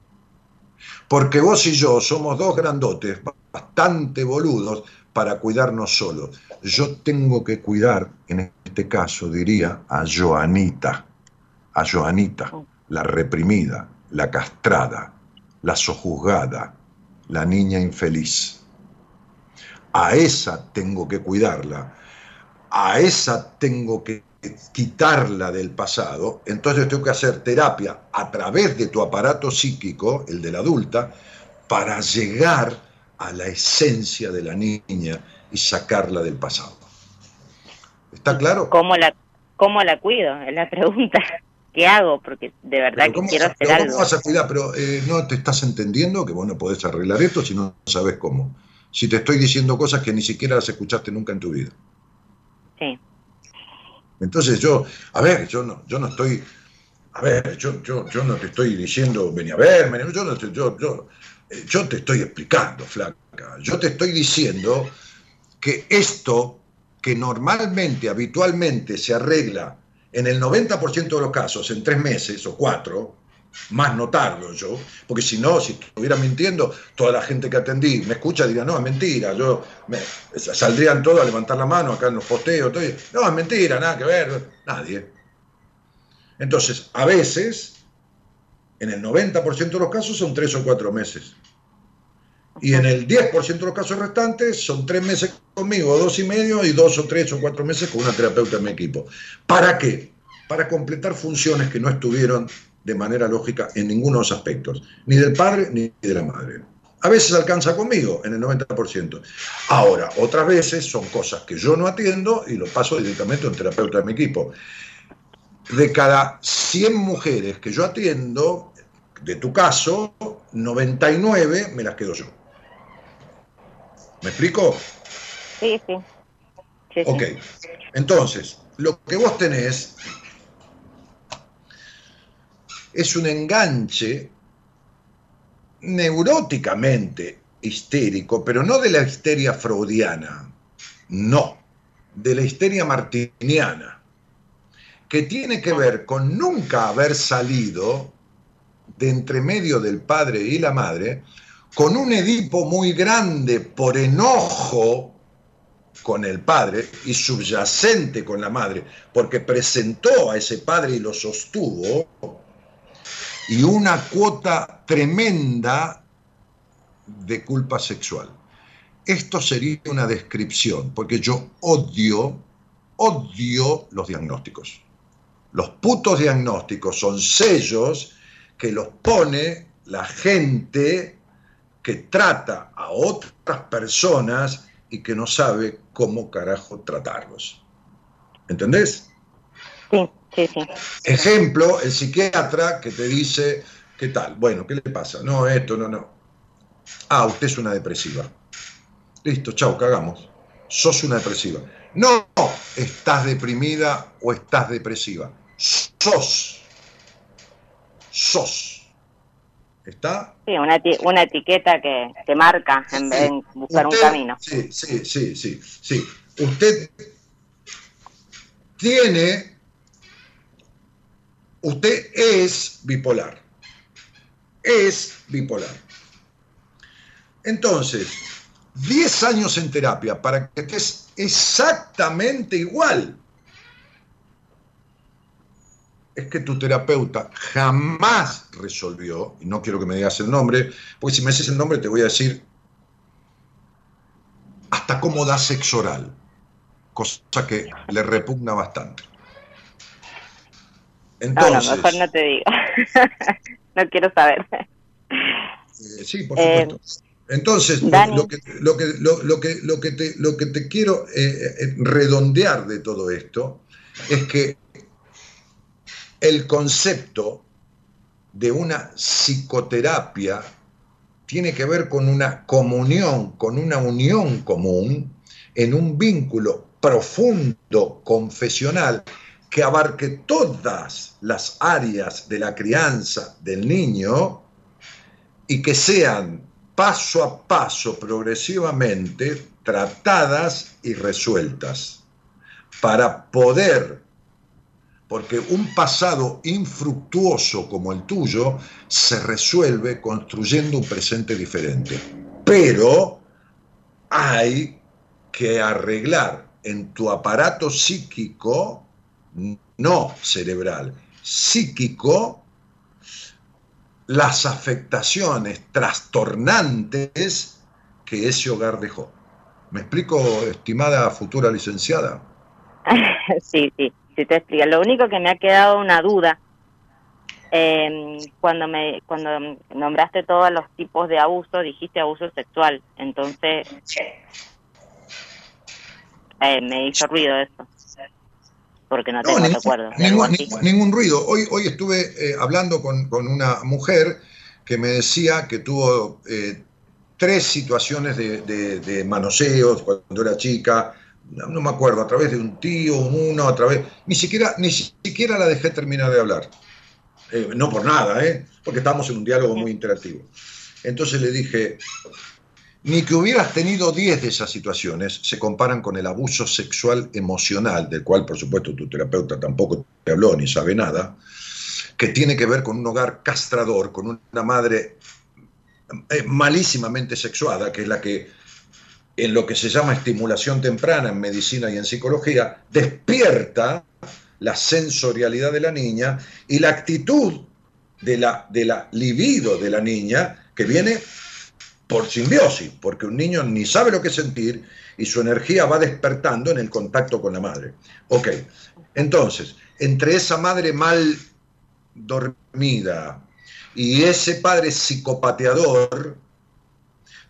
porque vos y yo somos dos grandotes, bastante boludos, para cuidarnos solos. Yo tengo que cuidar, en este caso diría, a Joanita, a Joanita, la reprimida, la castrada, la sojuzgada, la niña infeliz. A esa tengo que cuidarla, a esa tengo que quitarla del pasado, entonces tengo que hacer terapia a través de tu aparato psíquico, el de la adulta, para llegar a la esencia de la niña y sacarla del pasado. ¿Está claro? ¿Cómo la, cómo la cuido? Es la pregunta. ¿Qué hago? Porque de verdad que quiero hacer algo. ¿Cómo vas a cuidar? Pero eh, no te estás entendiendo que vos no podés arreglar esto si no sabes cómo. Si te estoy diciendo cosas que ni siquiera las escuchaste nunca en tu vida. Sí. Entonces yo, a ver, yo no, yo no estoy, a ver, yo, yo, yo no te estoy diciendo, vení a verme, yo no te, yo, yo, yo te estoy explicando, flaca, yo te estoy diciendo que esto que normalmente, habitualmente se arregla en el noventa por ciento de los casos en tres meses o cuatro, más no tardo yo, porque si no, si estuviera mintiendo, toda la gente que atendí me escucha diría, no, es mentira, yo me, saldrían todos a levantar la mano acá en los posteos, todo, no, es mentira, nada que ver, nadie. Entonces, a veces, en el noventa por ciento de los casos son tres o cuatro meses. Y en el diez por ciento de los casos restantes son tres meses conmigo, dos y medio, y dos o tres o cuatro meses con una terapeuta en mi equipo. ¿Para qué? Para completar funciones que no estuvieron de manera lógica en ninguno de los aspectos, ni del padre ni de la madre. A veces alcanza conmigo, en el noventa por ciento. Ahora, otras veces son cosas que yo no atiendo y lo paso directamente a un terapeuta de mi equipo. De cada cien mujeres que yo atiendo, de tu caso, noventa y nueve me las quedo yo. ¿Me explico? Sí, sí. sí ok, sí. Entonces, lo que vos tenés es un enganche neuróticamente histérico, pero no de la histeria freudiana, no, de la histeria martiniana, que tiene que ver con nunca haber salido de entre medio del padre y la madre, con un Edipo muy grande por enojo con el padre y subyacente con la madre, porque presentó a ese padre y lo sostuvo, y una cuota tremenda de culpa sexual. Esto sería una descripción, porque yo odio, odio los diagnósticos. Los putos diagnósticos son sellos que los pone la gente que trata a otras personas y que no sabe cómo carajo tratarlos. ¿Entendés? Sí, sí, sí. Ejemplo, el psiquiatra que te dice, ¿qué tal? Bueno, ¿qué le pasa? No, esto, no, no. Ah, usted es una depresiva. Listo, chau, cagamos. Sos una depresiva. No, estás deprimida o estás depresiva. Sos. Sos. ¿Está? Sí, una, una etiqueta que te marca en vez de buscar usted, un camino. Sí, sí, sí, sí, sí. Usted tiene... Usted es bipolar. Es bipolar. Entonces, diez años en terapia para que estés exactamente igual. Es que tu terapeuta jamás resolvió, y no quiero que me digas el nombre, porque si me dices el nombre te voy a decir hasta cómo da sexo oral, cosa que le repugna bastante. Entonces, no, no, mejor no te digo. No quiero saber. Eh, sí, por supuesto. Eh, Entonces, lo, lo, que, lo, que, lo, lo, que, lo, que te, lo que te quiero eh, eh, redondear de todo esto es que el concepto de una psicoterapia tiene que ver con una comunión, con una unión común en un vínculo profundo, confesional, que abarque todas las áreas de la crianza del niño y que sean paso a paso, progresivamente, tratadas y resueltas para poder, porque un pasado infructuoso como el tuyo se resuelve construyendo un presente diferente, pero hay que arreglar en tu aparato psíquico, no cerebral, psíquico, las afectaciones trastornantes que ese hogar dejó. ¿Me explico, estimada futura licenciada? Sí, sí, sí te explico. Lo único que me ha quedado una duda, eh, cuando me cuando nombraste todos los tipos de abuso, dijiste abuso sexual, entonces eh, me hizo ruido eso. Porque no tengo no, ningún, recuerdo. Ningún, ningún, ningún ruido. Hoy, hoy estuve eh, hablando con, con una mujer que me decía que tuvo eh, tres situaciones de, de, de manoseos cuando era chica, no, no me acuerdo, a través de un tío, uno, a través... Ni siquiera, ni siquiera la dejé terminar de hablar. Eh, no por nada, ¿eh? Porque estábamos en un diálogo muy interactivo. Entonces le dije... Ni que hubieras tenido diez de esas situaciones se comparan con el abuso sexual emocional, del cual, por supuesto, tu terapeuta tampoco te habló ni sabe nada, que tiene que ver con un hogar castrador, con una madre malísimamente sexuada, que es la que, en lo que se llama estimulación temprana en medicina y en psicología, despierta la sensorialidad de la niña y la actitud de la, de la libido de la niña, que viene por simbiosis, porque un niño ni sabe lo que es sentir y su energía va despertando en el contacto con la madre. Ok, entonces, entre esa madre mal dormida y ese padre psicopateador,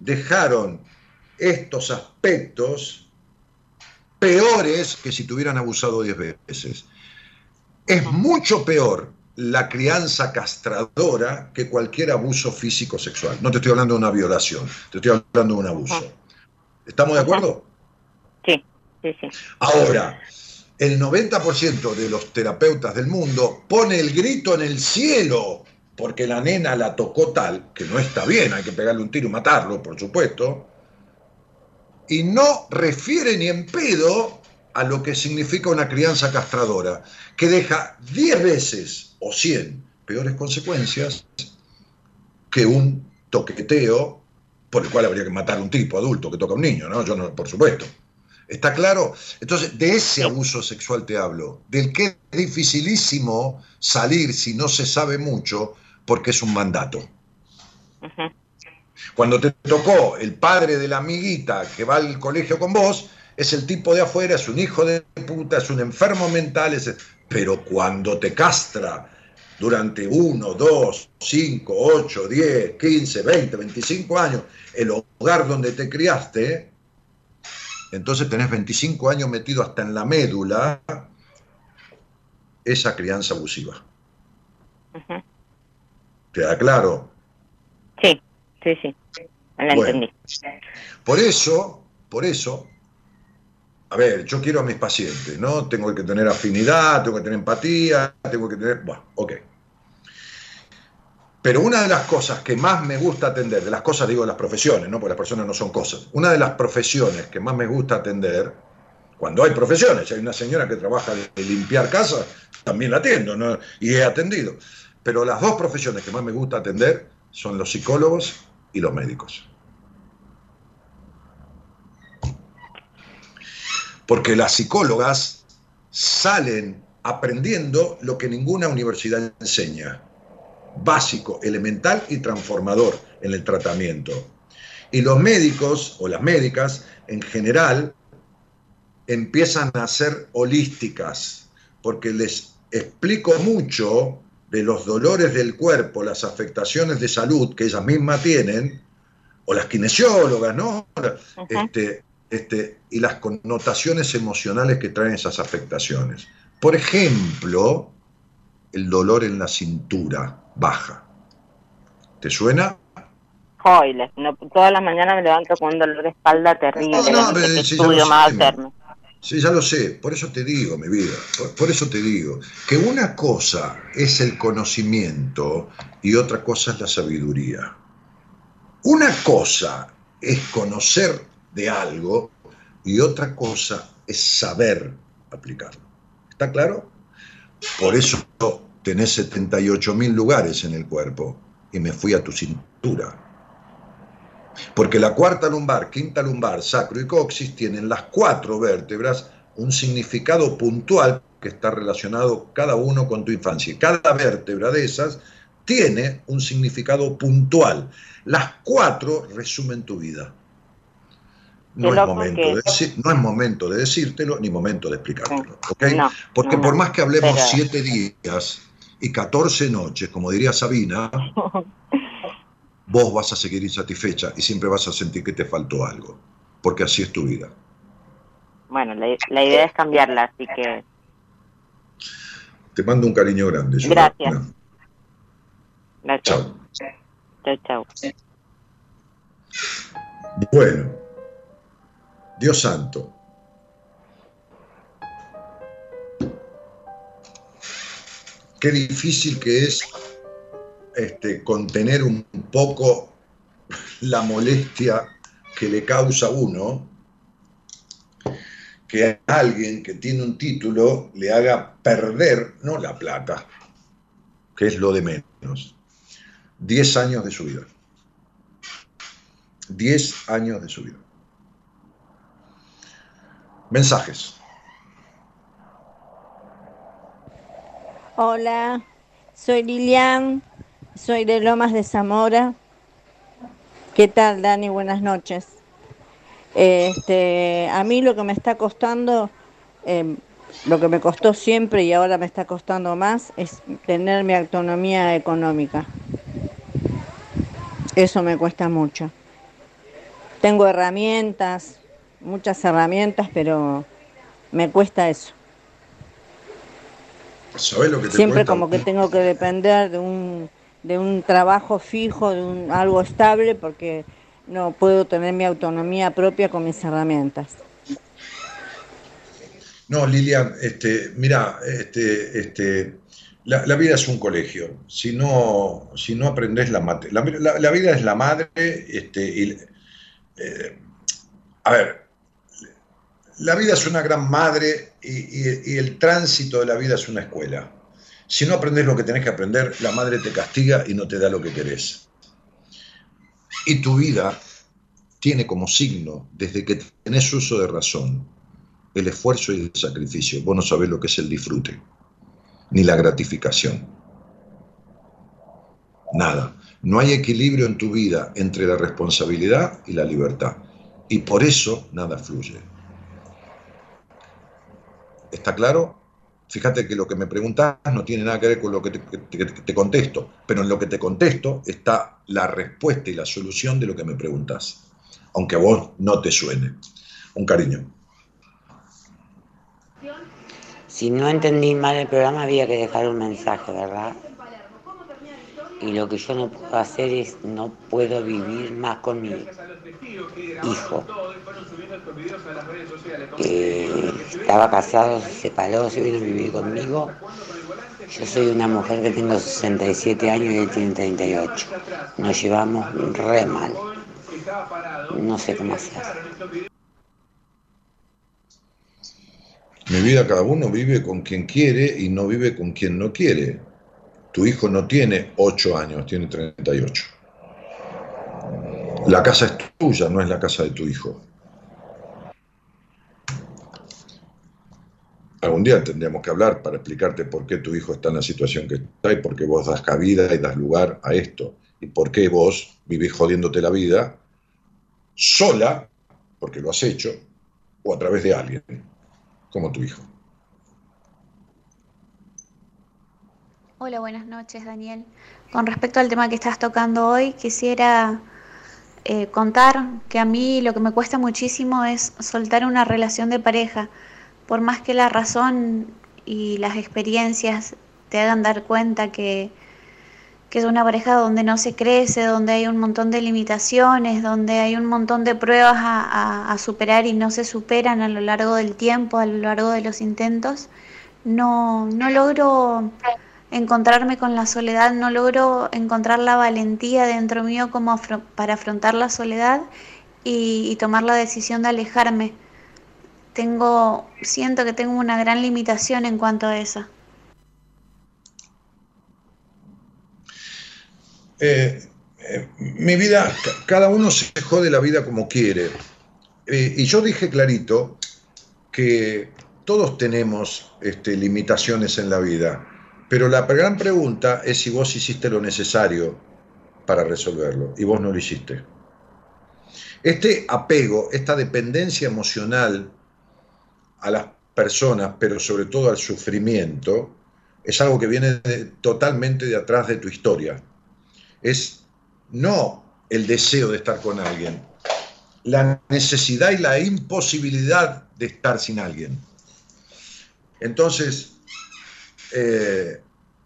dejaron estos aspectos peores que si te hubieran abusado diez veces. Es mucho peor la crianza castradora que cualquier abuso físico sexual. No te estoy hablando de una violación, te estoy hablando de un abuso. ¿Estamos de acuerdo? Sí, sí, sí. Ahora, el noventa por ciento de los terapeutas del mundo pone el grito en el cielo porque la nena la tocó tal, que no está bien, hay que pegarle un tiro y matarlo, por supuesto, y no refiere ni en pedo a lo que significa una crianza castradora, que deja diez veces o cien peores consecuencias que un toqueteo por el cual habría que matar a un tipo adulto que toca a un niño, ¿no? Yo no, por supuesto. ¿Está claro? Entonces, de ese abuso sexual te hablo, del que es dificilísimo salir si no se sabe mucho, porque es un mandato. Uh-huh. Cuando te tocó el padre de la amiguita que va al colegio con vos, es el tipo de afuera, es un hijo de puta, es un enfermo mental, es... pero cuando te castra durante uno, dos, cinco, ocho, diez, quince, veinte, veinticinco años, el hogar donde te criaste, entonces tenés veinticinco años metido hasta en la médula esa crianza abusiva. Uh-huh. ¿Queda claro? Sí, sí, sí. La bueno, entendí. Por eso, por eso, a ver, yo quiero a mis pacientes, ¿no? Tengo que tener afinidad, tengo que tener empatía, tengo que tener... Bueno, ok. Pero una de las cosas que más me gusta atender, de las cosas digo de las profesiones, ¿no? Porque las personas no son cosas. Una de las profesiones que más me gusta atender, cuando hay profesiones, si hay una señora que trabaja de limpiar casa, también la atiendo, ¿no? Y he atendido. Pero las dos profesiones que más me gusta atender son los psicólogos y los médicos. Porque las psicólogas salen aprendiendo lo que ninguna universidad enseña. Básico, elemental y transformador en el tratamiento. Y los médicos o las médicas en general empiezan a ser holísticas, porque les explico mucho de los dolores del cuerpo, las afectaciones de salud que ellas mismas tienen, o las kinesiólogas, ¿no? Uh-huh. Este, este, y las connotaciones emocionales que traen esas afectaciones. Por ejemplo, el dolor en la cintura baja. ¿Te suena? Hoy, no, todas las mañanas me levanto con un dolor de espalda terrible. No, no, pero, sí, estudio más alterno. Sí, ya lo sé, por eso te digo, mi vida, por, por eso te digo, que una cosa es el conocimiento y otra cosa es la sabiduría. Una cosa es conocer de algo y otra cosa es saber aplicarlo. ¿Está claro? Por eso tenés setenta y ocho mil lugares en el cuerpo y me fui a tu cintura. Porque la cuarta lumbar, quinta lumbar, sacro y coxis tienen las cuatro vértebras un significado puntual que está relacionado cada uno con tu infancia. Cada vértebra de esas tiene un significado puntual. Las cuatro resumen tu vida. No es, momento de decir, no es momento de decírtelo ni momento de explicártelo. ¿Okay? No, Porque no, por más que hablemos pero... siete días y catorce noches, como diría Sabina, vos vas a seguir insatisfecha y siempre vas a sentir que te faltó algo, porque así es tu vida. Bueno, la, la idea es cambiarla, así que... Te mando un cariño grande. Gracias. No. Gracias. Chao. Chao, chao. Bueno, Dios santo. Qué difícil que es este, contener un poco la molestia que le causa a uno que a alguien que tiene un título le haga perder, no la plata, que es lo de menos, diez años de su vida. diez años de su vida. Mensajes. Hola, soy Lilian, soy de Lomas de Zamora. ¿Qué tal, Dani? Buenas noches. Este, a mí lo que me está costando, eh, lo que me costó siempre y ahora me está costando más, es tener mi autonomía económica. Eso me cuesta mucho. tengo herramientas, muchas herramientas, pero me cuesta eso. ¿Sabés lo que te Siempre cuesta? como que tengo que depender de un, de un trabajo fijo, de un, algo estable, porque no puedo tener mi autonomía propia con mis herramientas. No, Lilian, este, mira, este, este, la, la vida es un colegio. Si no, si no aprendes la mate, la, la, la vida es la madre, este, y, eh, a ver, la vida es una gran madre y, y, y el tránsito de la vida es una escuela. Si no aprendes lo que tenés que aprender, la madre te castiga y no te da lo que querés. Y tu vida tiene como signo, desde que tenés uso de razón, el esfuerzo y el sacrificio. Vos no sabés lo que es el disfrute, ni la gratificación. Nada. No hay equilibrio en tu vida entre la responsabilidad y la libertad. Y por eso nada fluye. ¿Está claro? Fíjate que lo que me preguntás no tiene nada que ver con lo que te, que, que te contesto, pero en lo que te contesto está la respuesta y la solución de lo que me preguntás, aunque a vos no te suene. Un cariño. Si no entendí mal el programa, había que dejar un mensaje, ¿verdad? Y lo que yo no puedo hacer es, no puedo vivir más con mi hijo. Eh, estaba casado, se separó, se vino a vivir conmigo. Yo soy una mujer que tengo sesenta y siete años y él tiene treinta y ocho. Nos llevamos re mal. No sé cómo hacer. Mi vida, cada uno vive con quien quiere y no vive con quien no quiere. Tu hijo no tiene ocho años, tiene treinta y ocho. La casa es tuya, no es la casa de tu hijo. Algún día tendríamos que hablar para explicarte por qué tu hijo está en la situación que está y por qué vos das cabida y das lugar a esto. Y por qué vos vivís jodiéndote la vida sola, porque lo has hecho, o a través de alguien, como tu hijo. Hola, buenas noches, Daniel. Con respecto al tema que estás tocando hoy, quisiera eh, contar que a mí lo que me cuesta muchísimo es soltar una relación de pareja. Por más que la razón y las experiencias te hagan dar cuenta que, que es una pareja donde no se crece, donde hay un montón de limitaciones, donde hay un montón de pruebas a, a, a superar y no se superan a lo largo del tiempo, a lo largo de los intentos, no, no logro encontrarme con la soledad, no logro encontrar la valentía dentro mío como afro- para afrontar la soledad y, y tomar la decisión de alejarme. Tengo, siento que tengo una gran limitación en cuanto a eso. Eh, eh, mi vida, ca- cada uno se jode la vida como quiere. Eh, y yo dije clarito que todos tenemos este, limitaciones en la vida, pero la gran pregunta es si vos hiciste lo necesario para resolverlo, y vos no lo hiciste. Este apego, esta dependencia emocional a las personas, pero sobre todo al sufrimiento, es algo que viene de, totalmente de atrás de tu historia. Es no el deseo de estar con alguien, la necesidad y la imposibilidad de estar sin alguien. Entonces, eh,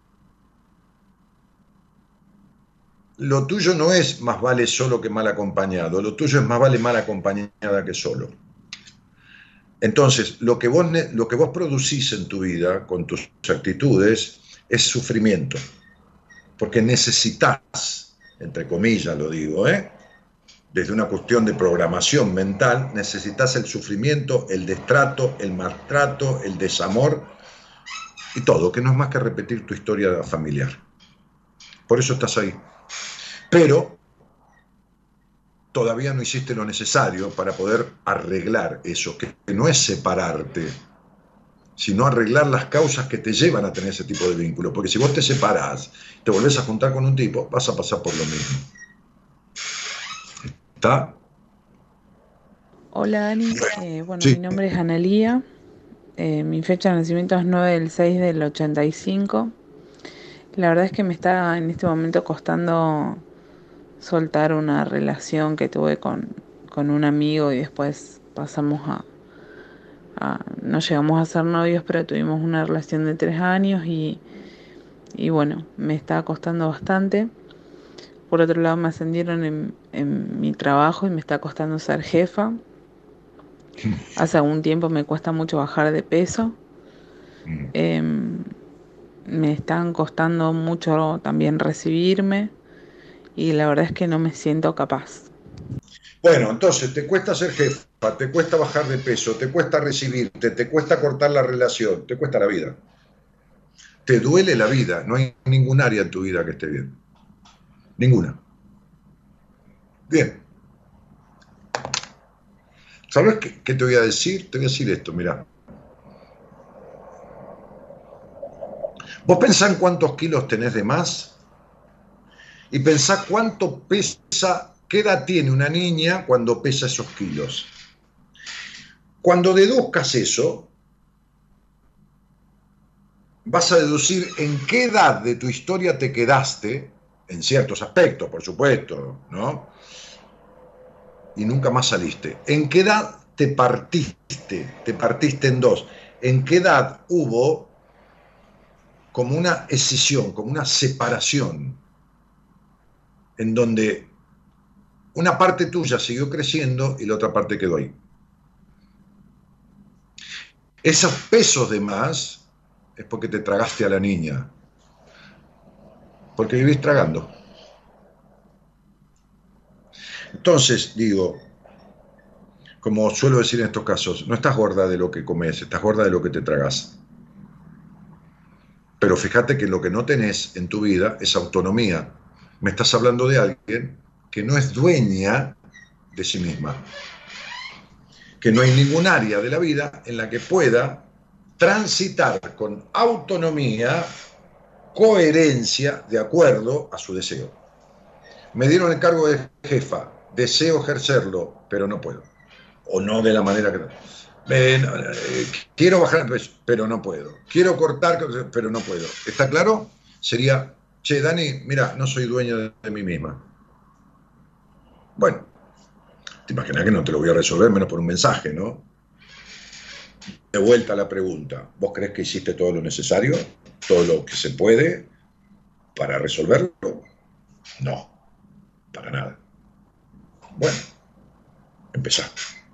lo tuyo no es más vale solo que mal acompañado, lo tuyo es más vale mal acompañada que solo. Entonces, lo que vos, lo que vos producís en tu vida con tus actitudes es sufrimiento, porque necesitas, entre comillas lo digo, ¿eh? desde una cuestión de programación mental, necesitas el sufrimiento, el destrato, el maltrato, el desamor y todo, que no es más que repetir tu historia familiar. Por eso estás ahí. Pero todavía no hiciste lo necesario para poder arreglar eso, que no es separarte, sino arreglar las causas que te llevan a tener ese tipo de vínculos. Porque si vos te separás, te volvés a juntar con un tipo, vas a pasar por lo mismo. ¿Está? Hola Dani, eh, bueno, Sí. mi nombre es Analía, eh, mi fecha de nacimiento es nueve del seis del ochenta y cinco. La verdad es que me está en este momento costando soltar una relación que tuve con, con un amigo y después pasamos a, a... No llegamos a ser novios, pero tuvimos una relación de tres años y, y bueno, me está costando bastante. Por otro lado, me ascendieron en, en mi trabajo y me está costando ser jefa. Hace algún tiempo me cuesta mucho bajar de peso. Eh, me están costando mucho también recibirme y la verdad es que no me siento capaz. Bueno, entonces te cuesta ser jefa, te cuesta bajar de peso, te cuesta recibirte, te cuesta cortar la relación, te cuesta la vida. Te duele la vida, no hay ningún área en tu vida que esté bien. Ninguna. Bien. ¿Sabes qué, qué te voy a decir? Te voy a decir esto, mirá. Vos pensá en cuántos kilos tenés de más y pensá cuánto pesa, qué edad tiene una niña cuando pesa esos kilos. Cuando deduzcas eso, vas a deducir en qué edad de tu historia te quedaste, en ciertos aspectos, por supuesto, ¿no? Y nunca más saliste. ¿En qué edad te partiste? Te partiste en dos. ¿En qué edad hubo como una escisión, como una separación, en donde una parte tuya siguió creciendo y la otra parte quedó ahí? Esos pesos de más es porque te tragaste a la niña, porque vivís tragando. Entonces, digo, como suelo decir en estos casos, no estás gorda de lo que comes, estás gorda de lo que te tragas. Pero fíjate que lo que no tenés en tu vida es autonomía. Me estás hablando de alguien que no es dueña de sí misma, que no hay ningún área de la vida en la que pueda transitar con autonomía, coherencia, de acuerdo a su deseo. Me dieron el cargo de jefa, deseo ejercerlo, pero no puedo. O no de la manera que... Eh, no, eh, quiero bajar el peso, pero no puedo. Quiero cortar, pero no puedo. ¿Está claro? Sería, che, Dani, mira, no soy dueño de, de mí misma. Bueno, te imaginas que no te lo voy a resolver menos por un mensaje, ¿no? De vuelta a la pregunta, ¿vos crees que hiciste todo lo necesario? ¿Todo lo que se puede para resolverlo? No, para nada. Bueno, empezá.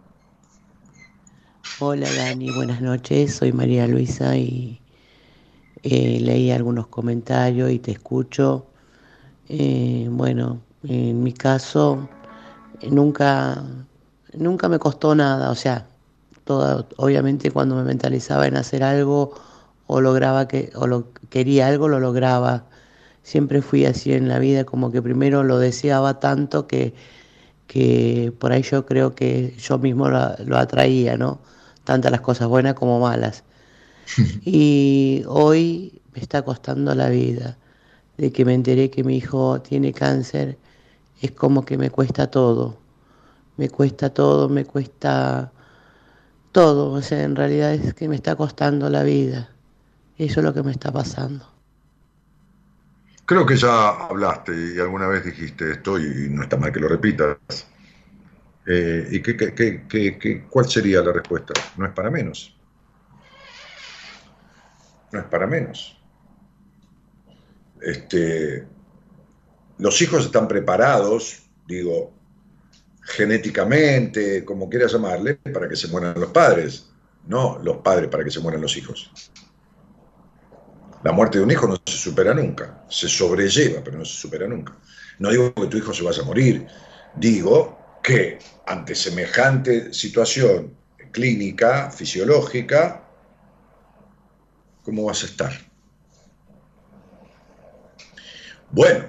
Hola Dani, buenas noches, soy María Luisa y eh, leí algunos comentarios y te escucho. Eh, bueno, en mi caso eh, nunca, nunca me costó nada, o sea, todo, obviamente cuando me mentalizaba en hacer algo o lograba que, o lo, quería algo, lo lograba. Siempre fui así en la vida, como que primero lo deseaba tanto que, que por ahí yo creo que yo mismo lo, lo atraía, ¿no? Tantas las cosas buenas como malas. Y hoy me está costando la vida. De que me enteré que mi hijo tiene cáncer, es como que me cuesta todo. Me cuesta todo, me cuesta todo. O sea, en realidad es que me está costando la vida. Eso es lo que me está pasando. Creo que ya hablaste y alguna vez dijiste esto y no está mal que lo repitas. Eh, ¿Y qué, qué, qué, qué, qué, cuál sería la respuesta? No es para menos. No es para menos. Este, los hijos están preparados, digo, genéticamente, como quieras llamarle, para que se mueran los padres, no los padres para que se mueran los hijos. La muerte de un hijo no se supera nunca, se sobrelleva, pero no se supera nunca. No digo que tu hijo se vaya a morir, digo que ante semejante situación clínica, fisiológica, ¿cómo vas a estar? Bueno,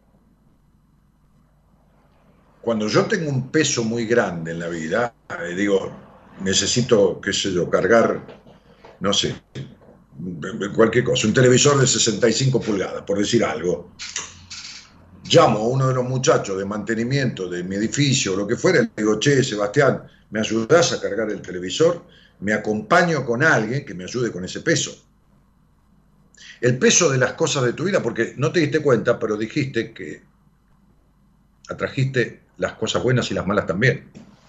cuando yo tengo un peso muy grande en la vida, eh, digo, necesito, qué sé yo, cargar, no sé, cualquier cosa, un televisor de sesenta y cinco pulgadas, por decir algo. Llamo a uno de los muchachos de mantenimiento de mi edificio o lo que fuera, y le digo, che, Sebastián, ¿me ayudás a cargar el televisor? Me acompaño con alguien que me ayude con ese peso. El peso de las cosas de tu vida, porque no te diste cuenta, pero dijiste que atrajiste las cosas buenas y las malas también.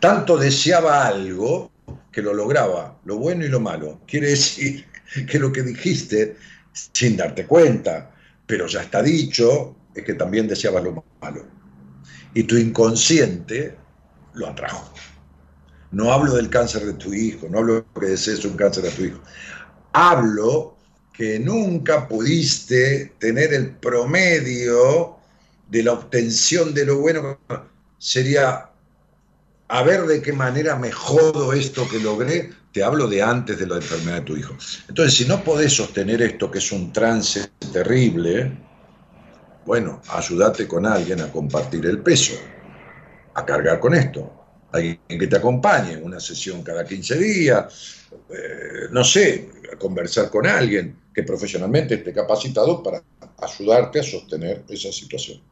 Tanto deseaba algo que lo lograba, lo bueno y lo malo. Quiere decir que lo que dijiste, sin darte cuenta, pero ya está dicho, es que también deseabas lo malo. Y tu inconsciente lo atrajo. No hablo del cáncer de tu hijo, no hablo de que desees un cáncer a tu hijo. Hablo que nunca pudiste tener el promedio de la obtención de lo bueno. Sería, a ver de qué manera me jodo esto que logré. Te hablo de antes de la enfermedad de tu hijo. Entonces, si no podés sostener esto, que es un trance terrible, bueno, ayúdate con alguien a compartir el peso, a cargar con esto. Alguien que te acompañe, una sesión cada quince días, eh, no sé, a conversar con alguien que profesionalmente esté capacitado para ayudarte a sostener esa situación.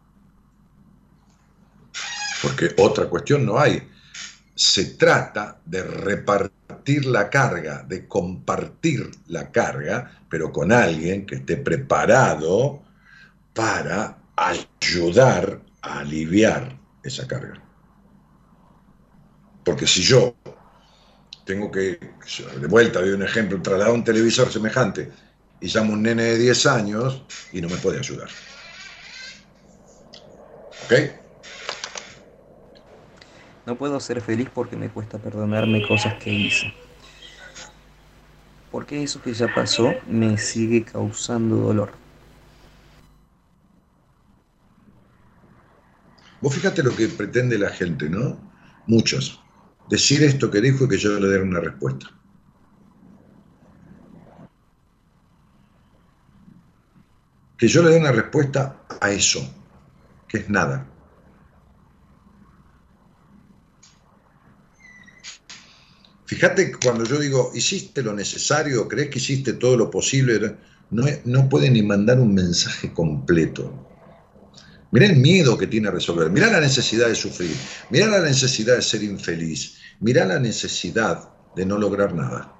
Porque otra cuestión no hay. Se trata de repartir la carga, de compartir la carga, pero con alguien que esté preparado para ayudar a aliviar esa carga. Porque si yo tengo que, de vuelta, doy un ejemplo, trasladar un televisor semejante y llamo a un nene de diez años y no me puede ayudar. ¿Ok? No puedo ser feliz porque me cuesta perdonarme cosas que hice. Porque eso que ya pasó me sigue causando dolor. Vos fíjate lo que pretende la gente, ¿no? Muchos. Decir esto que dijo y que yo le dé una respuesta. Que yo le dé una respuesta a eso, que es nada. Fíjate cuando yo digo, hiciste lo necesario, crees que hiciste todo lo posible, no, no puede ni mandar un mensaje completo. Mirá el miedo que tiene a resolver, mirá la necesidad de sufrir, mirá la necesidad de ser infeliz, mirá la necesidad de no lograr nada.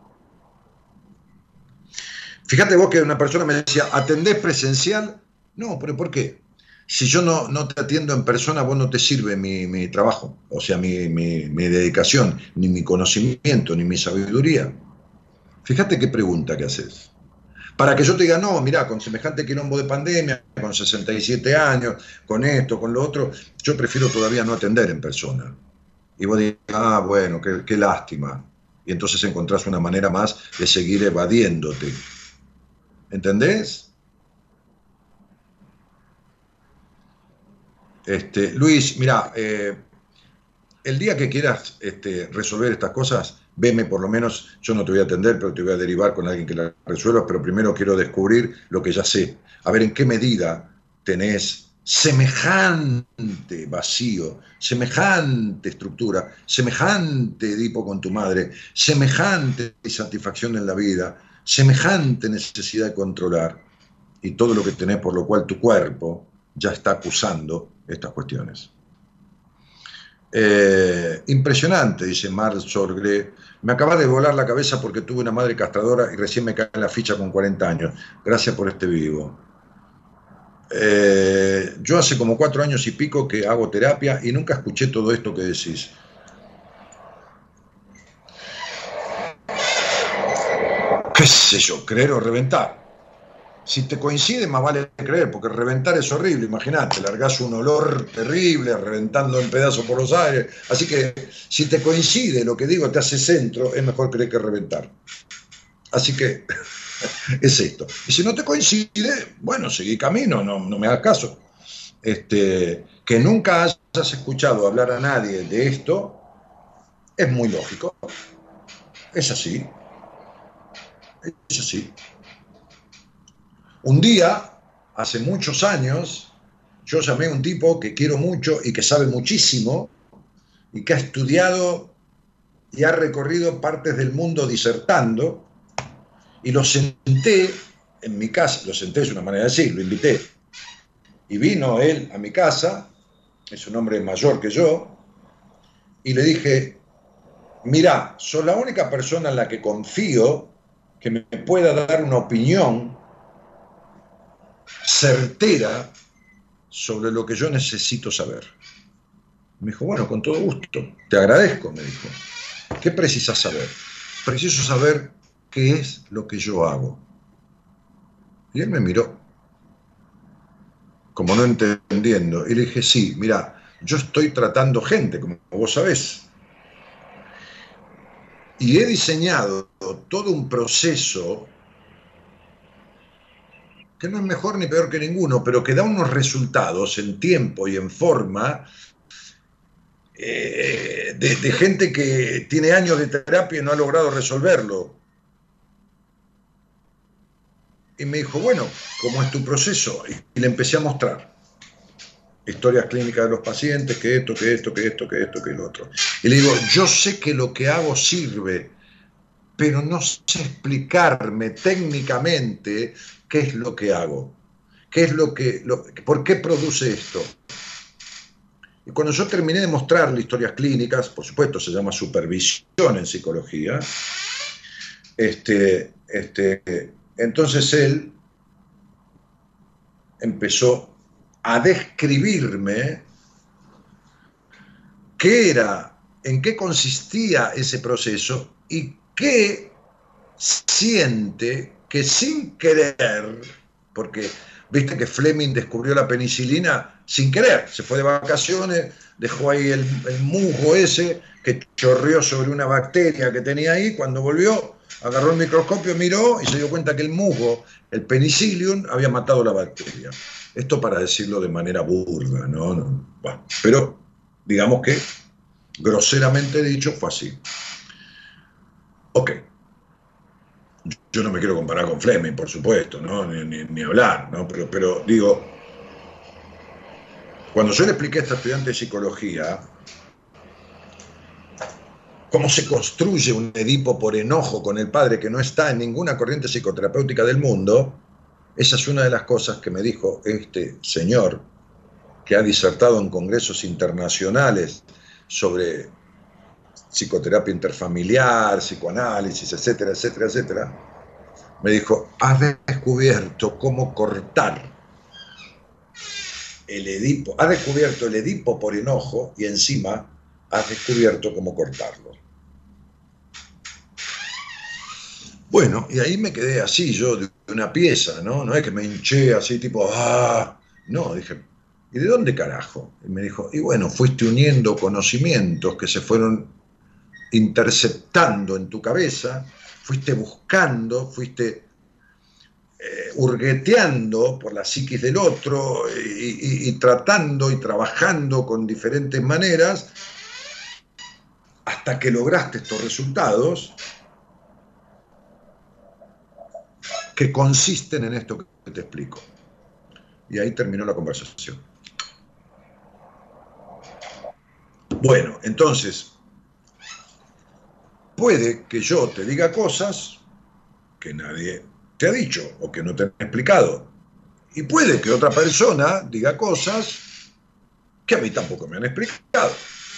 Fíjate vos que una persona me decía, ¿atendés presencial? No, pero ¿por qué? Si yo no, no te atiendo en persona, vos no te sirve mi, mi trabajo, o sea, mi, mi, mi dedicación, ni mi conocimiento, ni mi sabiduría. Fíjate qué pregunta que haces. Para que yo te diga, no, mirá, con semejante quilombo de pandemia, con sesenta y siete años, con esto, con lo otro, yo prefiero todavía no atender en persona. Y vos digas, ah, bueno, qué, qué lástima. Y entonces encontrás una manera más de seguir evadiéndote. ¿Entendés? Este, Luis, mira, eh, el día que quieras este, resolver estas cosas, veme por lo menos, yo no te voy a atender, pero te voy a derivar con alguien que la resuelva, pero primero quiero descubrir lo que ya sé, a ver en qué medida tenés semejante vacío, semejante estructura, semejante Edipo con tu madre, semejante insatisfacción en la vida, semejante necesidad de controlar, y todo lo que tenés por lo cual tu cuerpo ya está acusando estas cuestiones. Eh, impresionante, dice Mar Sorgre. Me acaba de volar la cabeza porque tuve una madre castradora y recién me cae en la ficha con cuarenta años. Gracias por este vivo. Eh, yo hace como cuatro años y pico que hago terapia y nunca escuché todo esto que decís. ¿Qué sé yo? ¿Creer o reventar? Si te coincide, más vale creer, porque reventar es horrible, imagínate, largás un olor terrible, reventando en pedazos por los aires. Así que, si te coincide lo que digo, te hace centro, es mejor creer que reventar. Así que, es esto. Y si no te coincide, bueno, seguí camino, no, no me hagas caso. Este, que nunca hayas escuchado hablar a nadie de esto, es muy lógico. Es así. Es así. Un día, hace muchos años, yo llamé a un tipo que quiero mucho y que sabe muchísimo y que ha estudiado y ha recorrido partes del mundo disertando, y lo senté en mi casa, lo senté es una manera de decir, lo invité, y vino él a mi casa, es un hombre mayor que yo, y le dije, mirá, sos la única persona en la que confío que me pueda dar una opinión certera sobre lo que yo necesito saber. Me dijo, bueno, con todo gusto, te agradezco, me dijo. ¿Qué precisas saber? Preciso saber qué es lo que yo hago. Y él me miró, como no entendiendo, y le dije, sí, mira, yo estoy tratando gente, como vos sabés. Y he diseñado todo un proceso que no es mejor ni peor que ninguno, pero que da unos resultados en tiempo y en forma eh, de, de gente que tiene años de terapia y no ha logrado resolverlo. Y me dijo, bueno, ¿cómo es tu proceso? Y le empecé a mostrar historias clínicas de los pacientes, que esto, que esto, que esto, que esto, que lo otro. Y le digo, yo sé que lo que hago sirve, pero no sé explicarme técnicamente qué es lo que hago, qué es lo que, lo, por qué produce esto. Y cuando yo terminé de mostrarle historias clínicas, por supuesto se llama supervisión en psicología, este, este, entonces él empezó a describirme qué era, en qué consistía ese proceso y qué siente que sin querer, porque viste que Fleming descubrió la penicilina sin querer, se fue de vacaciones, dejó ahí el, el musgo ese que chorreó sobre una bacteria que tenía ahí, cuando volvió agarró el microscopio, miró y se dio cuenta que el musgo, el penicillium, había matado la bacteria. Esto para decirlo de manera burda, ¿no? no bueno, pero digamos que groseramente dicho fue así. Ok. Yo no me quiero comparar con Fleming, por supuesto, ¿no? Ni, ni, ni hablar, ¿no? Pero, pero digo, cuando yo le expliqué a esta estudiante de psicología cómo se construye un Edipo por enojo con el padre que no está en ninguna corriente psicoterapéutica del mundo, esa es una de las cosas que me dijo este señor que ha disertado en congresos internacionales sobre psicoterapia interfamiliar, psicoanálisis, etcétera, etcétera, etcétera. Me dijo, has descubierto cómo cortar el Edipo, has descubierto el Edipo por enojo y encima has descubierto cómo cortarlo. Bueno, y ahí me quedé así, yo de una pieza, ¿no? No es que me hinché así tipo, ah, no, dije, ¿y de dónde carajo? Y me dijo, y bueno, fuiste uniendo conocimientos que se fueron interceptando en tu cabeza, fuiste buscando, fuiste eh, hurgueteando por la psiquis del otro y, y, y tratando y trabajando con diferentes maneras hasta que lograste estos resultados que consisten en esto que te explico. Y ahí terminó la conversación. Bueno, entonces, puede que yo te diga cosas que nadie te ha dicho o que no te han explicado. Y puede que otra persona diga cosas que a mí tampoco me han explicado.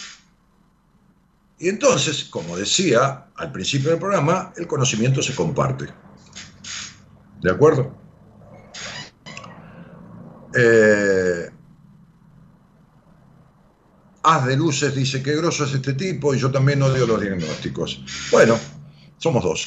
Y entonces, como decía al principio del programa, el conocimiento se comparte. ¿De acuerdo? Eh, Haz de Luces dice, qué groso es este tipo, y yo también odio los diagnósticos. Bueno, somos dos.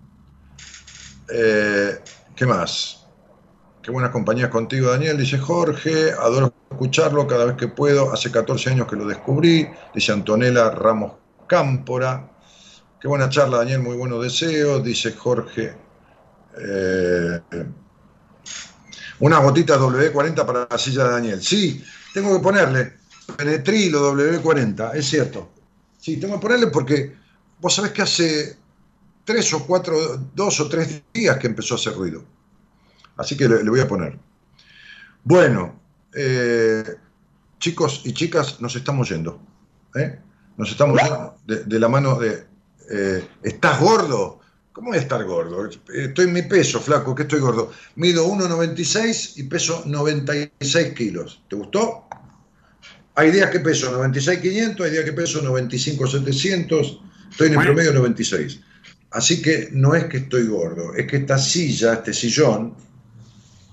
Eh, ¿Qué más? Qué buenas compañías contigo, Daniel, dice Jorge. Adoro escucharlo cada vez que puedo. Hace catorce años que lo descubrí, dice Antonella Ramos Cámpora. Qué buena charla, Daniel, muy buenos deseos, dice Jorge. Eh, unas gotitas W cuarenta para la silla de Daniel. Sí, tengo que ponerle Penetrilo W cuarenta, es cierto. Sí, tengo que ponerle porque vos sabés que hace tres o cuatro, dos o tres días que empezó a hacer ruido. Así que le, le voy a poner. Bueno, eh, chicos y chicas, nos estamos yendo. ¿eh? Nos estamos yendo de, de la mano de... Eh, ¿Estás gordo? ¿Cómo voy a estar gordo? Estoy en mi peso, flaco, que estoy gordo. Mido uno noventa y seis y peso noventa y seis kilos. ¿Te gustó? Hay días que peso noventa y seis quinientos, hay días que peso noventa y cinco setecientos, estoy en el promedio noventa y seis. Así que no es que estoy gordo, es que esta silla, este sillón,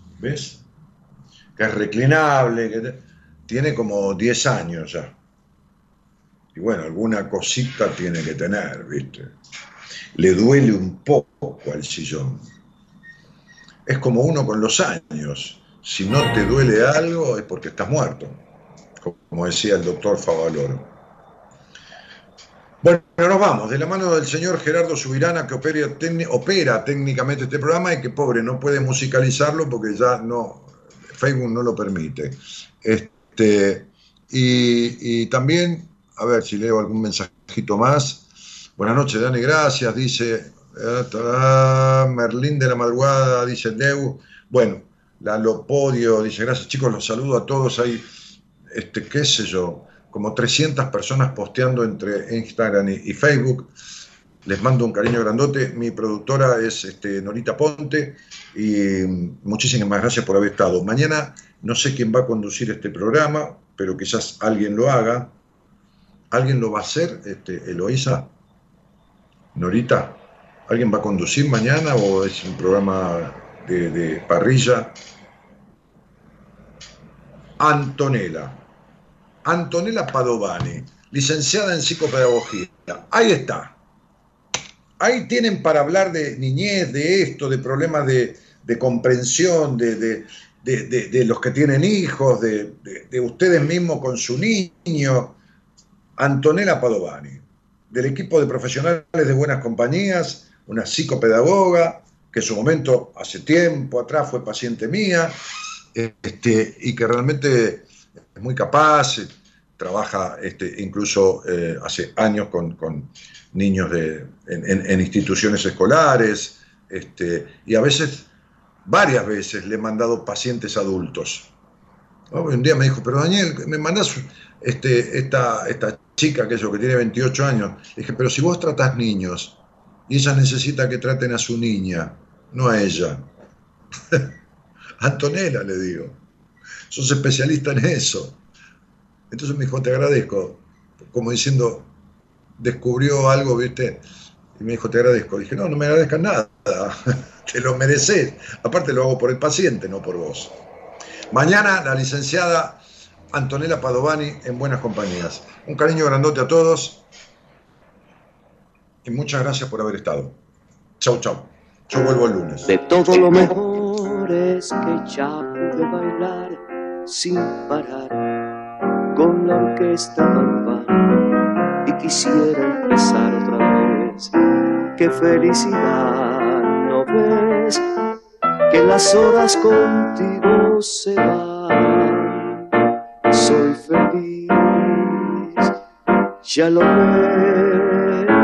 ¿ves? Que es reclinable, que tiene como diez años ya. Y bueno, alguna cosita tiene que tener, ¿viste? Le duele un poco al sillón. Es como uno con los años. Si no te duele algo es porque estás muerto, como decía el doctor Favaloro. Bueno, nos vamos, de la mano del señor Gerardo Subirana, que opera, opera técnicamente este programa y que, pobre, no puede musicalizarlo porque ya no, Facebook no lo permite. Este, y, y también, a ver si leo algún mensajito más. Buenas noches, Dani, gracias, dice eh, Merlín de la Madrugada, dice Deu. Bueno, la Lopodio dice, gracias chicos, los saludo a todos. Hay, este, qué sé yo, como trescientas personas posteando entre Instagram y, y Facebook. Les mando un cariño grandote. Mi productora es este, Norita Ponte y muchísimas gracias por haber estado. Mañana no sé quién va a conducir este programa, pero quizás alguien lo haga. ¿Alguien lo va a hacer, este, Eloísa? Norita, ¿alguien va a conducir mañana o es un programa de, de parrilla? Antonella. Antonella Padovani, licenciada en psicopedagogía. Ahí está. Ahí tienen para hablar de niñez, de esto, de problemas de, de comprensión, de, de, de, de, de los que tienen hijos, de, de, de ustedes mismos con su niño. Antonella Padovani, del equipo de profesionales de Buenas Compañías, una psicopedagoga que en su momento, hace tiempo atrás, fue paciente mía, este, y que realmente es muy capaz, trabaja este, incluso eh, hace años con, con niños de, en, en, en instituciones escolares, este, y a veces, varias veces, le he mandado pacientes adultos. ¿No? Un día me dijo, pero Daniel, me mandás este, esta, esta chica que, yo, que tiene veintiocho años. Le dije, pero si vos tratás niños, y ella necesita que traten a su niña, no a ella. Antonella, le digo, sos especialista en eso. Entonces me dijo, te agradezco, como diciendo, descubrió algo, ¿viste? Y me dijo, te agradezco. Le dije, no, no me agradezcas nada, te lo mereces. Aparte lo hago por el paciente, no por vos. Mañana la licenciada Antonella Padovani en Buenas Compañías. Un cariño grandote a todos y muchas gracias por haber estado. Chau, chau. Yo vuelvo el lunes. De todo lo mejor es que ya pude bailar sin parar con la orquesta campal y quisiera empezar otra vez. Qué felicidad, ¿no ves? Que las horas contigo se van. Soy feliz, ya lo ves.